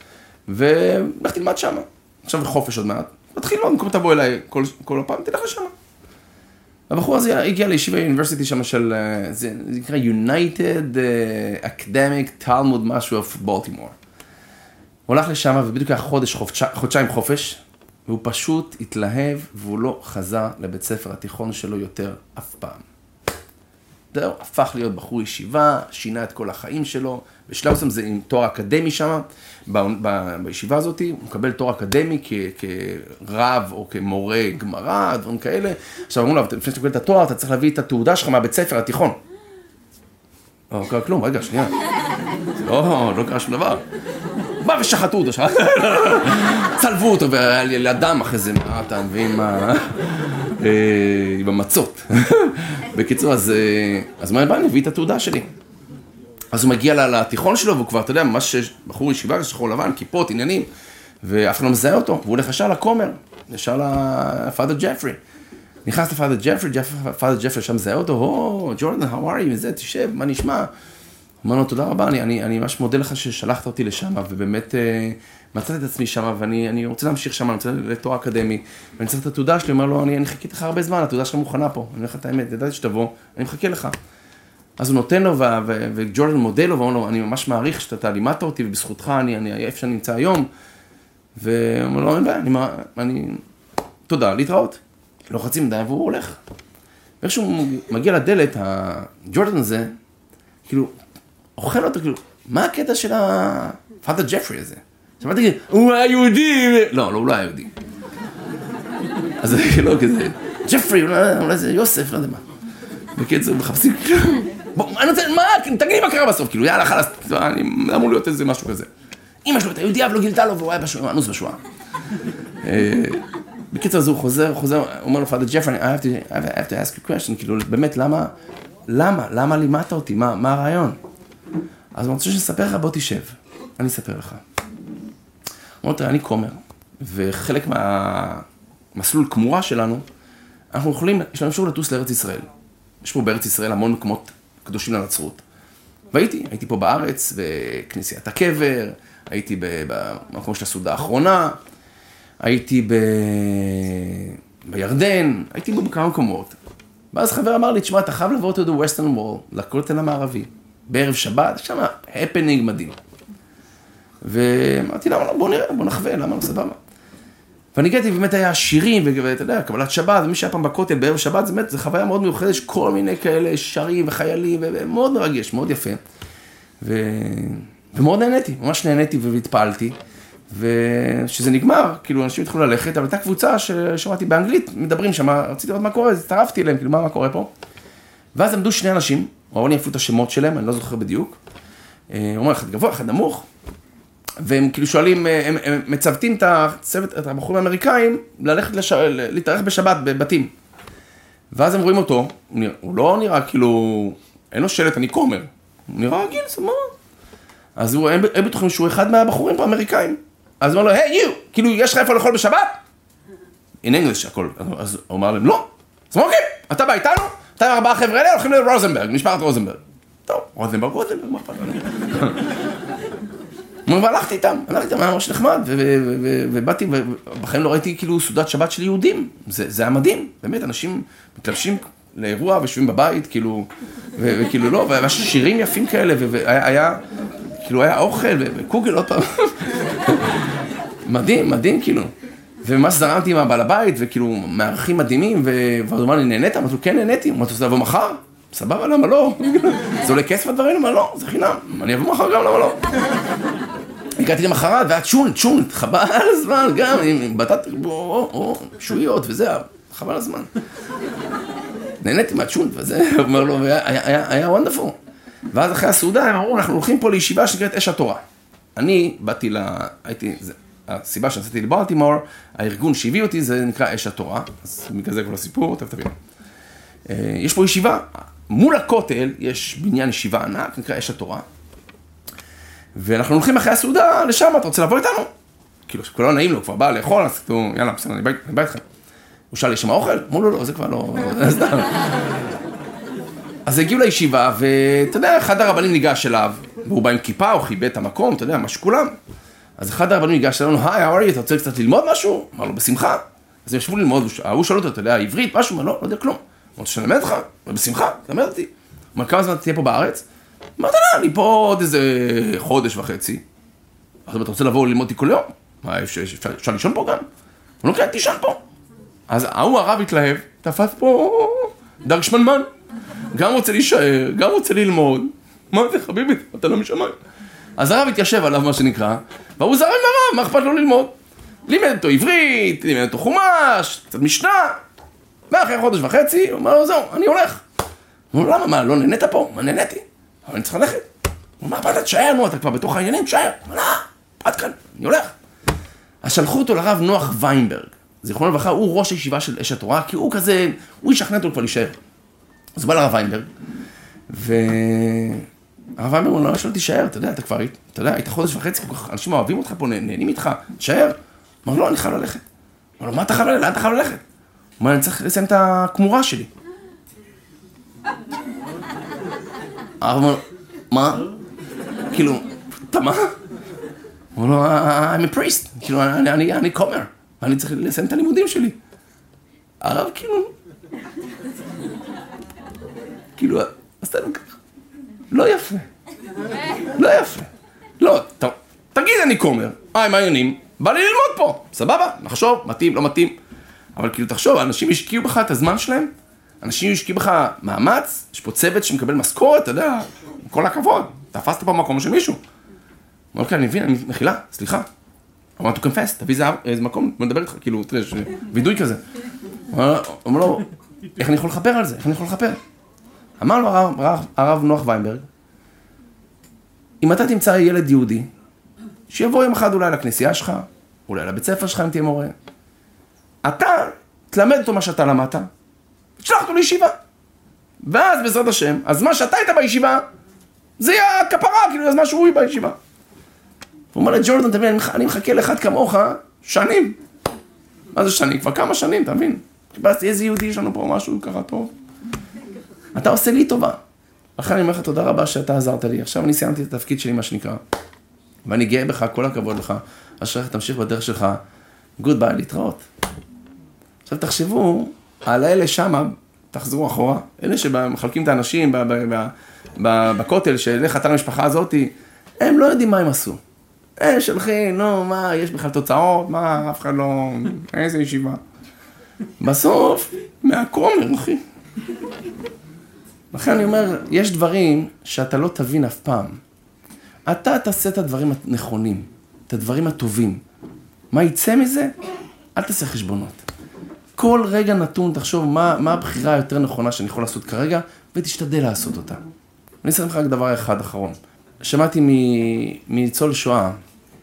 ולך תלמד שם. עכשיו חופש עוד מעט, מתחיל ללמוד, במקום תבוא אליי כל, כל הפעם, תלך לשם. הבחור הזה הגיע לישיבה יוניברסיטי שם של, זה נקרא United Academic Talmud משהו of Baltimore. הוא הולך לשם ובדיוק היה חודש, חודשיים חופש, והוא פשוט התלהב והוא לא חזר לבית ספר התיכון שלו יותר אף פעם. זהו, הפך להיות בחור ישיבה, שינה את כל החיים שלו, בשלב מסוים זה עם תואר אקדמי שם, ב- ב- בישיבה הזאת, הוא מקבל תואר אקדמי כ- כרב או כמורה גמרא, דברים כאלה. עכשיו אמרו לו, לפני שאתה מקבל את התואר, אתה צריך להביא את התעודה שלך מהבית ספר התיכון. לא קרה כלום, רגע, שנייה. לא, לא קרה שום דבר. בא ושחטו אותו, צלבו אותו, ולאדם אחרי זה, מה אתה מבין מה... עם המצות. בקיצור, אז הוא אומר, בא, אני הביא את התעודה שלי. אז הוא מגיע לתיכון שלו, והוא כבר, אתה יודע, ממש בחור ישיבה, שחור לבן, כיפות, עניינים, ואף אחד לא מזהה אותו, והוא הולך ישר לכומר, ישר לפאדר ג'פרי. נכנס לפאדר ג'פרי, פאדר ג'פרי שם מזהה אותו, או, ג'ורדן, how are you? וזה, תשב, מה נשמע? אמר לו, תודה רבה, אני, אני, אני ממש מודה לך ששלחת אותי לשם, ובאמת אה, מצאתי את עצמי שם, ואני אני רוצה להמשיך שם, אני רוצה לתואר אקדמי, ואני צריך את התעודה שלי, אומר לו, אני, אני חכית לך הרבה זמן, התעודה שלך מוכנה פה, אני אומר לך את האמת, ידעתי שתבוא, אני מחכה לך. אז הוא נותן לו, ו- ו- וג'ורדן מודה לו, ואומר לו, אני ממש מעריך שאתה לימדת אותי, ובזכותך אני, אני איפה שאני נמצא היום, ואומר לו, אין בעיה, אני, אני, תודה, להתראות. לא חצי מדי, והוא הולך. ואיכשהו מגיע לדלת, הג'ורדן הזה, כאילו, אוכל אותו, כאילו, מה הקטע של הפאדר ג'פרי הזה? שמעתי, כאילו, הוא היה יהודי, לא, לא, הוא לא היה יהודי. אז זה לא כזה, ג'פרי, אולי זה יוסף, לא יודע מה. בקיצור, מחפשים, בוא, אני רוצה, מה, תגיד לי מה קרה בסוף, כאילו, יאללה, חלאס, אני אמור להיות איזה משהו כזה. אמא שלו, אתה יהודי, אבל לא גילתה לו, והוא היה בשואה, אנוס בשואה. בקיצור, אז הוא חוזר, חוזר, הוא אומר לו, פאדר ג'פרי, I have to, I have to ask you a question, כאילו, באמת, למה, למה, למה לימדת אותי, מה, מה הרעיון? אז אני רוצה שנספר לך, בוא תשב. אני אספר לך. אמרו, תראה, אני כומר, וחלק מהמסלול כמורה שלנו, אנחנו יכולים, יש לנו אפשרות לטוס לארץ ישראל. יש פה בארץ ישראל המון מקומות קדושים לנצרות. והייתי, הייתי פה בארץ, בכנסיית הקבר, הייתי במקום של הסעודה האחרונה, הייתי ב... בירדן, הייתי בו בכמה מקומות. ואז חבר אמר לי, תשמע, אתה חייב לבוא to the Western Wall, לכותל המערבי, בערב שבת, שם הפנינג מדהים. ואמרתי, למה לא, בוא נראה, בוא נחווה, למה לא סבבה. ואני הגעתי, באמת היה שירים, ואתה יודע, קבלת שבת, ומי שהיה פעם בכותל בערב שבת, זה באמת, זה חוויה מאוד מיוחדת, יש כל מיני כאלה שרים וחיילים, ומאוד מרגש, מאוד יפה. ו... ומאוד נהניתי, ממש נהניתי והתפעלתי. ושזה נגמר, כאילו אנשים התחילו ללכת, אבל הייתה קבוצה ששמעתי באנגלית, מדברים שם, רציתי לראות מה קורה, אז הצטרפתי אליהם, כאילו מה, מה קורה פה. ואז עמדו שני אנשים, או אני אפילו את השמות שלהם, אני לא זוכר בדיוק. הוא אומר, אחד גבוה, אחד נמוך, והם כאילו שואלים, הם, הם מצוותים את הצוות, את הבחורים האמריקאים, ללכת לש... להתארח בשבת בבתים. ואז הם רואים אותו, הוא, נרא... הוא לא נראה כאילו, אין לו שלט, אני כומר. הוא נראה רגיל, סבבה. אז הוא, הם, הם בטוחים שהוא אחד מהבחורים פה האמריקאים. אז הוא אומר לו, היי, you, כאילו, יש לך איפה לאכול בשבת? In English, הכל. אז הוא אומר להם, לא. אז הוא אומר, אוקיי, אתה בא איתנו, אתה עם ארבעה חבר'ה אלה, הולכים לרוזנברג, משפחת רוזנברג. טוב, רוזנברג, רוזנברג, מה פעם? והלכתי איתם, הלכתי איתם, היה ממש נחמד, ובאתי, ובחיים לא ראיתי כאילו סעודת שבת של יהודים. זה היה מדהים, באמת, אנשים מתלבשים לאירוע ויושבים בבית, כאילו, וכאילו לא, והיה שירים יפים כאלה, והיה, כאילו, היה אוכל, וקוגל עוד פעם. מדהים, מדהים, כאילו. וממש זרמתי עם הבעל הבית, וכאילו, מארחים מדהימים, והוא אמר לי, נהנית? אמרתי לו, כן, נהניתי. אמרתי לו, אתה לבוא מחר? סבבה, למה לא? זה עולה כסף הדברים, למה לא? זה חינם. אני אבוא מחר גם, למה לא? הגעתי למחרת, והיה צ'ונט, צ'ונט, חבל על הזמן, גם, עם בטט, או, שועיות, וזה, חבל על הזמן. נהניתי מהצ'ונט, וזה, הוא אומר לו, היה וונדרפול. ואז אחרי הסעודה, הם אמרו, אנחנו הולכים פה לישיבה שנקראת אש התורה. אני באתי ל... הייתי... הסיבה שעשיתי לבלטימור, הארגון שהביא אותי, זה נקרא אש התורה. אז בגלל זה כל הסיפור, תכף תבין. יש פה ישיבה, מול הכותל יש בניין ישיבה ענק, נקרא אש התורה. ואנחנו הולכים אחרי הסעודה לשם, אתה רוצה לבוא איתנו? כאילו, שכולו נעים לו, כבר בא לאכול, אז כתוב, יאללה, בסדר, אני בא איתכם. הוא שאל לי, יש שם אוכל? אמרו לו, לא, זה כבר לא... אז הגיעו לישיבה, ואתה יודע, אחד הרבנים ניגש אליו, והוא בא עם כיפה, הוא חיבא את המקום, אתה יודע, מה שכולם. אז אחד הרבנים ניגש אלינו, היי, how are you, אתה רוצה קצת ללמוד משהו? אמר לו, בשמחה. אז הם ישבו ללמוד, הוא שאל אותו, אתה יודע, עברית, משהו? אמר, לא, לא יודע כלום. אמרתי, שנלמד אותך? בשמחה, תלמד אותי. אמר, כמה זמן תהיה פה בארץ? אמרת, לא, אני פה עוד איזה חודש וחצי. אז אתה רוצה לבוא ללמוד אותי כל יום? מה, אפשר לישון פה גם? הוא לא, כן, תישן פה. אז ההוא הרב התלהב, תפס פה דרג שמנמן. גם רוצה להישאר, גם רוצה ללמוד. מה זה, חביבי? אתה לא משמיים. אז הרב התיישב עליו, מה שנקרא, והוא זרם לרב, מה אכפת לו ללמוד? לימד אותו עברית, לימד אותו חומש, קצת משנה. ואחרי חודש וחצי, הוא אמר לו, זהו, אני הולך. הוא אומר, למה, מה, לא נהנית פה? מה נהניתי? אבל אני צריך ללכת. הוא אומר, מה, אתה תשאר, נו, אתה כבר בתוך העניינים, תשאר. הוא אומר, לא, עד כאן, אני הולך. אז שלחו אותו לרב נוח ויינברג. זיכרונו לברכה, הוא ראש הישיבה של אש התורה, כי הוא כזה, הוא ישכנע אותו כבר להישאר. אז הוא בא לרב ויינברג, והרב ויינברג הוא לא שלא תישאר, אתה יודע, אתה כבר, אתה יודע, היית חודש וחצי, אנשים אוהבים אותך פה, נהנים איתך, תישאר. הוא אומר, לא, אני חייב ללכת. הוא אומר, מה אתה חייב ללכת? לאן אתה חייב ללכת? הוא אומר, אני צריך לסיים את הכמורה שלי. הרב אומר, מה? כאילו, אתה מה? הוא אומר, I'm a priest, כאילו, אני כומר, ואני צריך לסיים את הלימודים שלי. הרב כאילו, כאילו, עשתה לו ככה, לא יפה, לא יפה, לא, תגיד אני כומר, היי, מה העניינים? בא לי ללמוד פה, סבבה, נחשוב, מתאים, לא מתאים, אבל כאילו, תחשוב, אנשים השקיעו בך את הזמן שלהם, אנשים השקיעו בך מאמץ, יש פה צוות שמקבל משכורת, אתה יודע, כל הכבוד, תפסת פה מקום של מישהו. אמר, אוקיי, אני מבין, אני מחילה, סליחה. אמר, to confess, תביא איזה מקום, אני מדבר איתך, כאילו, תראה, וידוי כזה. אמר לו, איך אני יכול לחפר על זה? איך אני יכול לחפר? אמר לו הרב נוח ויינברג, אם אתה תמצא ילד יהודי, שיבוא יום אחד אולי לכנסייה שלך, אולי לבית ספר שלך אם תהיה מורה, אתה תלמד אותו מה שאתה למדת, תשלח אותו לישיבה. ואז בעזרת השם, אז מה שאתה היית בישיבה, זה הכפרה, כאילו, אז משהו רואי בישיבה. הוא אומר לג'ורדן, תבין, אני מחכה לאחד כמוך שנים. מה זה שנים? כבר כמה שנים, תבין? חיפשתי איזה יהודי יש לנו פה משהו ככה טוב. אתה עושה לי טובה. לכן אני אומר לך תודה רבה שאתה עזרת לי. עכשיו אני סיימתי את התפקיד שלי, מה שנקרא. ואני גאה בך, כל הכבוד לך. אשריך, תמשיך בדרך שלך. גוד ביי, להתראות. עכשיו תחשבו, על האלה שמה, תחזרו אחורה, אלה שמחלקים את האנשים בכותל, שלך אתה למשפחה הזאת, הם לא יודעים מה הם עשו. הם שלחים, נו, מה, יש בכלל תוצאות, מה, אף אחד לא, איזה ישיבה. בסוף, מהכומר, אחי. לכן אני אומר, יש דברים שאתה לא תבין אף פעם. אתה תעשה את הדברים הנכונים, את הדברים הטובים. מה יצא מזה? אל תעשה חשבונות. כל רגע נתון, תחשוב מה, מה הבחירה היותר נכונה שאני יכול לעשות כרגע, ותשתדל לעשות אותה. אני אסיים לך רק דבר אחד אחרון. שמעתי מניצול שואה,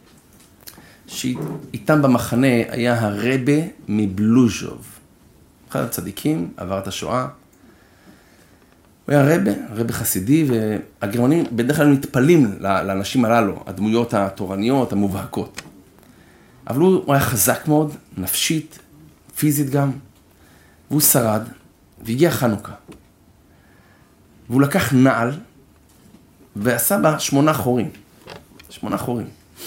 שאיתם במחנה היה הרבה מבלוז'וב. אחד הצדיקים, עבר את השואה. הוא היה רבה, רבה חסידי, והגרמנים בדרך כלל מתפלים לאנשים הללו, הדמויות התורניות, המובהקות. אבל הוא, הוא היה חזק מאוד, נפשית, פיזית גם, והוא שרד, והגיע חנוכה. והוא לקח נעל, ועשה בה שמונה חורים. שמונה חורים.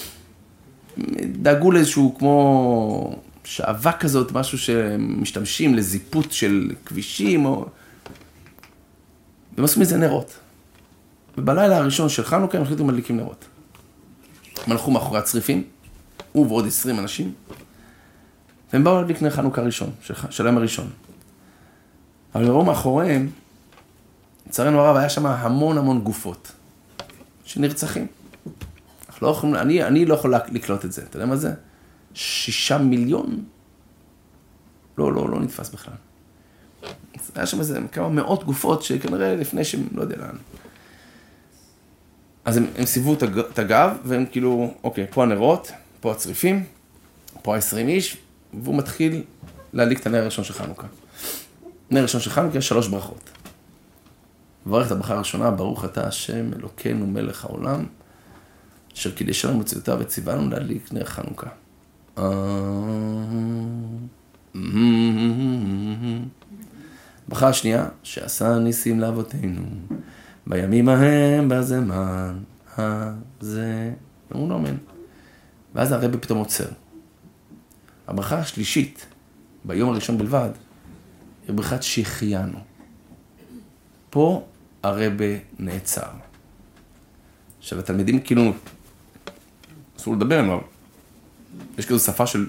דאגו לאיזשהו כמו שעבה כזאת, משהו שמשתמשים לזיפות של כבישים, או... והם עשו מזה נרות. ובלילה הראשון של חנוכה הם החליטו מדליקים נרות. הם הלכו מאחורי הצריפים, הוא ועוד עשרים אנשים, והם באו להדליק נר חנוכה ראשון, של, של היום הראשון. אבל ראו מאחוריהם, לצערנו הרב, היה שם המון המון גופות, שנרצחים. לא יכולים, אני, אני לא יכול לקלוט את זה, אתה יודע מה זה? שישה מיליון? לא, לא, לא נתפס בכלל. היה שם איזה כמה מאות גופות שכנראה לפני שהם לא יודע לאן. אז הם, הם סיבו את הגב, והם כאילו, אוקיי, פה הנרות, פה הצריפים, פה ה-עשרים איש, והוא מתחיל להדליק את הנר הראשון של חנוכה. נר הראשון של חנוכה יש שלוש ברכות. מברך את הברכה הראשונה, ברוך אתה השם אלוקינו מלך העולם, אשר קידש לנו מצוותיו וציוונו להדליק נר חנוכה. ברכה השנייה, שעשה ניסים לאבותינו, בימים ההם בזמן הזה, ואמרו לו אמן. ואז הרבי פתאום עוצר. הברכה השלישית, ביום הראשון בלבד, היא ברכת שהחיינו. פה הרבי נעצר. עכשיו, התלמידים כאילו, אסור לדבר עליו, יש כזו שפה של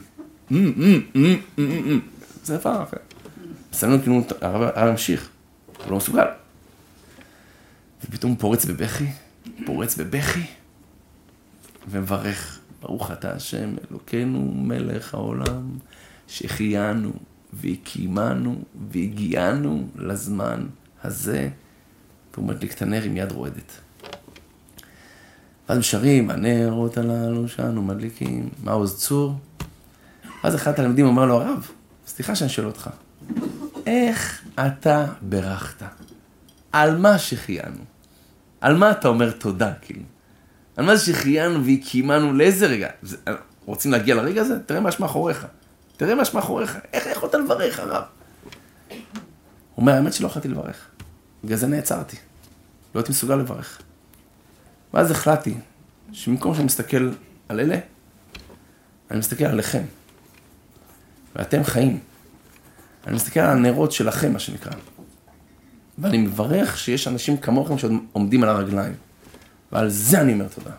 זה שפה אחרת. סיימנו כאילו, הרב המשיך, הוא לא מסוגל. ופתאום הוא פורץ בבכי, פורץ בבכי, ומברך, ברוך אתה השם אלוקינו מלך העולם, שהחיינו והקימנו והגיענו לזמן הזה, והוא מדליק את הנר עם יד רועדת. ואז משרים, הנרות הללו שאנו מדליקים, מה עוז צור? ואז אחד התלמידים אומר לו, הרב, סליחה שאני שואל אותך, איך אתה ברכת? על מה שחיינו? על מה אתה אומר תודה, כאילו? על מה שחיינו והקימנו לאיזה רגע? זה, רוצים להגיע לרגע הזה? תראה מה יש מאחוריך. תראה מה יש מאחוריך. איך יכולת לברך, הרב? הוא אומר, האמת שלא יכולתי לברך. בגלל זה נעצרתי. לא הייתי מסוגל לברך. ואז החלטתי שבמקום שאני מסתכל על אלה, אני מסתכל עליכם. ואתם חיים. אני מסתכל על הנרות שלכם, מה שנקרא. ואני מברך שיש אנשים כמוכם שעומדים על הרגליים. ועל זה אני אומר תודה.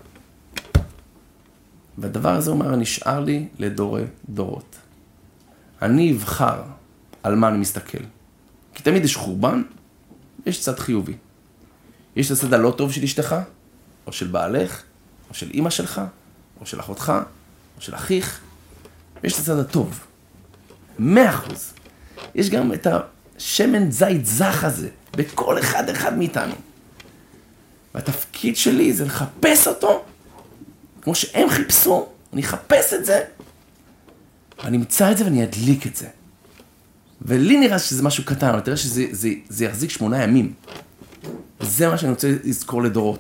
והדבר הזה אומר, נשאר לי לדורי דורות. אני אבחר על מה אני מסתכל. כי תמיד יש חורבן, יש צד חיובי. יש את הצד הלא טוב של אשתך, או של בעלך, או של אמא שלך, או של אחותך, או של אחיך. יש את הצד הטוב. מאה אחוז. יש גם את השמן זית זך הזה, בכל אחד אחד מאיתנו. והתפקיד שלי זה לחפש אותו, כמו שהם חיפשו, אני אחפש את זה, ואני אמצא את זה ואני אדליק את זה. ולי נראה שזה משהו קטן, אבל תראה שזה זה, זה יחזיק שמונה ימים. וזה מה שאני רוצה לזכור לדורות.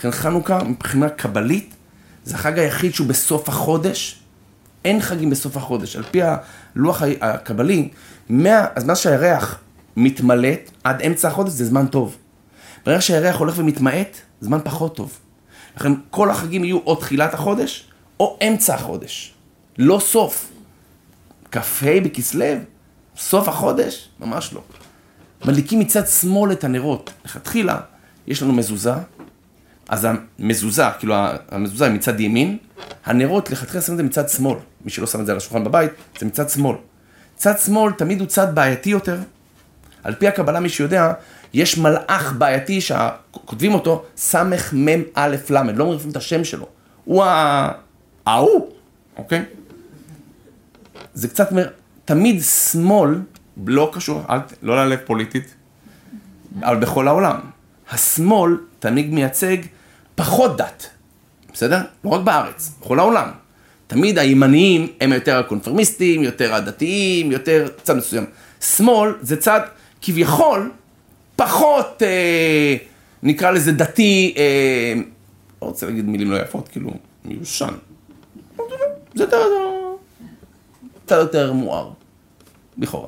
לכן חנוכה, מבחינה קבלית, זה החג היחיד שהוא בסוף החודש. אין חגים בסוף החודש. על פי הלוח הקבלי, מה, אז מה שהירח מתמלט עד אמצע החודש זה זמן טוב. ברגע שהירח הולך ומתמעט, זמן פחות טוב. לכן כל החגים יהיו או תחילת החודש, או אמצע החודש. לא סוף. קפה בכסלו, סוף החודש? ממש לא. מדליקים מצד שמאל את הנרות. לכתחילה, יש לנו מזוזה, אז המזוזה, כאילו המזוזה היא מצד ימין, הנרות לכתחילה שמים את זה מצד שמאל. מי שלא שם את זה על השולחן בבית, זה מצד שמאל. צד שמאל תמיד הוא צד בעייתי יותר. על פי הקבלה, מי שיודע, יש מלאך בעייתי שכותבים אותו, סמך מם א' למד, לא מרפים את השם שלו. הוא ההוא, אוקיי? זה קצת אומר, תמיד שמאל, לא קשור, לא ללב פוליטית, אבל בכל העולם. השמאל תמיד מייצג פחות דת, בסדר? לא רק בארץ, בכל העולם. תמיד הימניים הם יותר הקונפרמיסטים, יותר הדתיים, יותר צד מסוים. שמאל זה צד כביכול פחות, אה, נקרא לזה דתי, אה, לא רוצה להגיד מילים לא יפות, כאילו מיושן. זה צד, צד יותר מואר, לכאורה.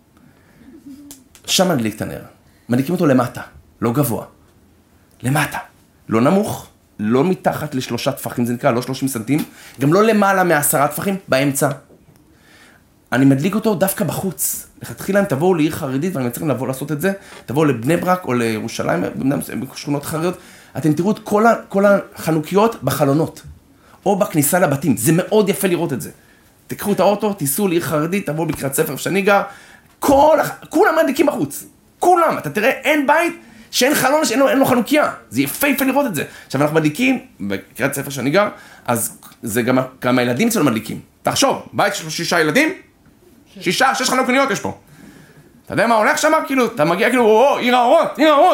שם מדליק את הנר. מדליקים אותו למטה, לא גבוה. למטה. לא נמוך, לא מתחת לשלושה טפחים, זה נקרא, לא שלושים סנטים, גם לא למעלה מעשרה טפחים, באמצע. אני מדליק אותו דווקא בחוץ. לכתחילה אם תבואו לעיר חרדית, ואני מצליח לבוא לעשות את זה, תבואו לבני ברק או לירושלים, בשכונות חרדיות, אתם תראו את כל, ה, כל החנוכיות בחלונות, או בכניסה לבתים. זה מאוד יפה לראות את זה. תקחו את האוטו, תיסעו לעיר חרדית, תבואו בקריית ספר שאני גר, כל, כולם מדליקים בחוץ. כולם, אתה תראה, אין בית שאין חלון, שאין לו, אין לו חנוכיה. זה יפה יפה לראות את זה. עכשיו אנחנו מדליקים, בקריית ספר שאני גר, אז זה גם כמה ילדים אצלנו מדליקים. תחשוב, בית של שישה ילדים, שישה, שש חנוכיות יש פה. אתה יודע מה הולך שם? כאילו, אתה מגיע כאילו, או, עיר האורות, עיר האורות.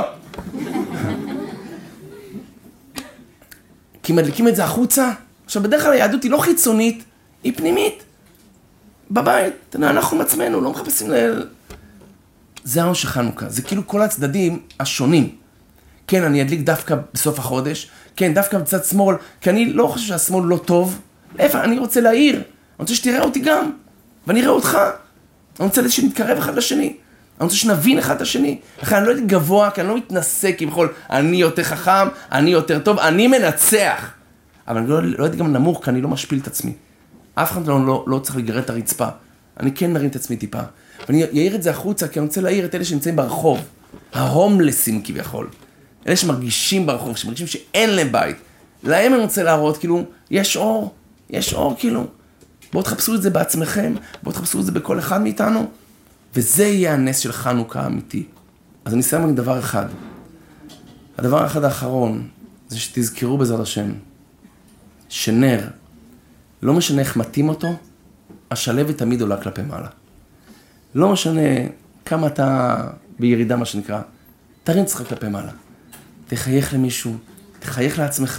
כי מדליקים את זה החוצה. עכשיו, בדרך כלל היהדות היא לא חיצונית, היא פנימית. בבית, אתה יודע, אנחנו עם עצמנו, לא מחפשים ל... זה העון של חנוכה, זה כאילו כל הצדדים השונים. כן, אני אדליק דווקא בסוף החודש, כן, דווקא בצד שמאל, כי אני לא חושב שהשמאל לא טוב. איפה, אני רוצה להעיר, אני רוצה שתראה אותי גם, ואני אראה אותך. אני רוצה שנתקרב אחד לשני, אני רוצה שנבין אחד את השני. לכן אני לא הייתי גבוה, כי אני לא מתנסה כביכול, אני יותר חכם, אני יותר טוב, אני מנצח. אבל אני לא, לא הייתי גם נמוך, כי אני לא משפיל את עצמי. אף אחד לא, לא, לא צריך לגרד את הרצפה. אני כן מרים את עצמי טיפה. ואני אעיר את זה החוצה, כי אני רוצה להעיר את אלה שנמצאים ברחוב. ההומלסים כביכול. אלה שמרגישים ברחוב, שמרגישים שאין להם בית. להם אני רוצה להראות, כאילו, יש אור, יש אור, כאילו. בואו תחפשו את זה בעצמכם, בואו תחפשו את זה בכל אחד מאיתנו, וזה יהיה הנס של חנוכה האמיתי. אז אני אסיים עם דבר אחד. הדבר האחד האחרון, זה שתזכרו בעזרת השם, שנר, לא משנה איך מתאים אותו, השלבת תמיד עולה כלפי מעלה. לא משנה כמה אתה בירידה, מה שנקרא, תרים צחק כלפי מעלה. תחייך למישהו, תחייך לעצמך.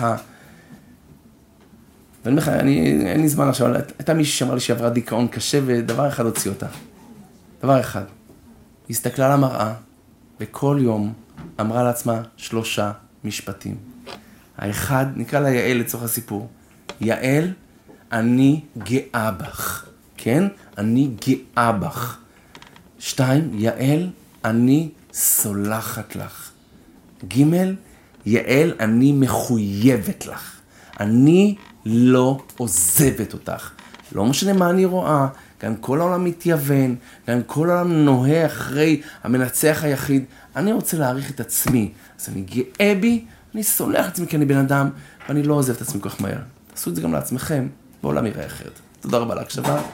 ואני אומר לך, אין לי זמן עכשיו, הייתה מישהי שאמרה לי שעברה דיכאון קשה, ודבר אחד הוציא אותה. דבר אחד. היא הסתכלה על המראה, וכל יום אמרה לעצמה שלושה משפטים. האחד, נקרא לה יעל לצורך הסיפור. יעל, אני גאה בך. כן? אני גאה בך. שתיים, יעל, אני סולחת לך. ג' יעל, אני מחויבת לך. אני לא עוזבת אותך. לא משנה מה אני רואה, גם כל העולם מתייוון, גם כל העולם נוהה אחרי המנצח היחיד. אני רוצה להעריך את עצמי. אז אני גאה בי, אני סולח את עצמי כי אני בן אדם, ואני לא עוזב את עצמי כל כך מהר. תעשו את זה גם לעצמכם, בעולם יראה אחרת. תודה רבה להקשבה.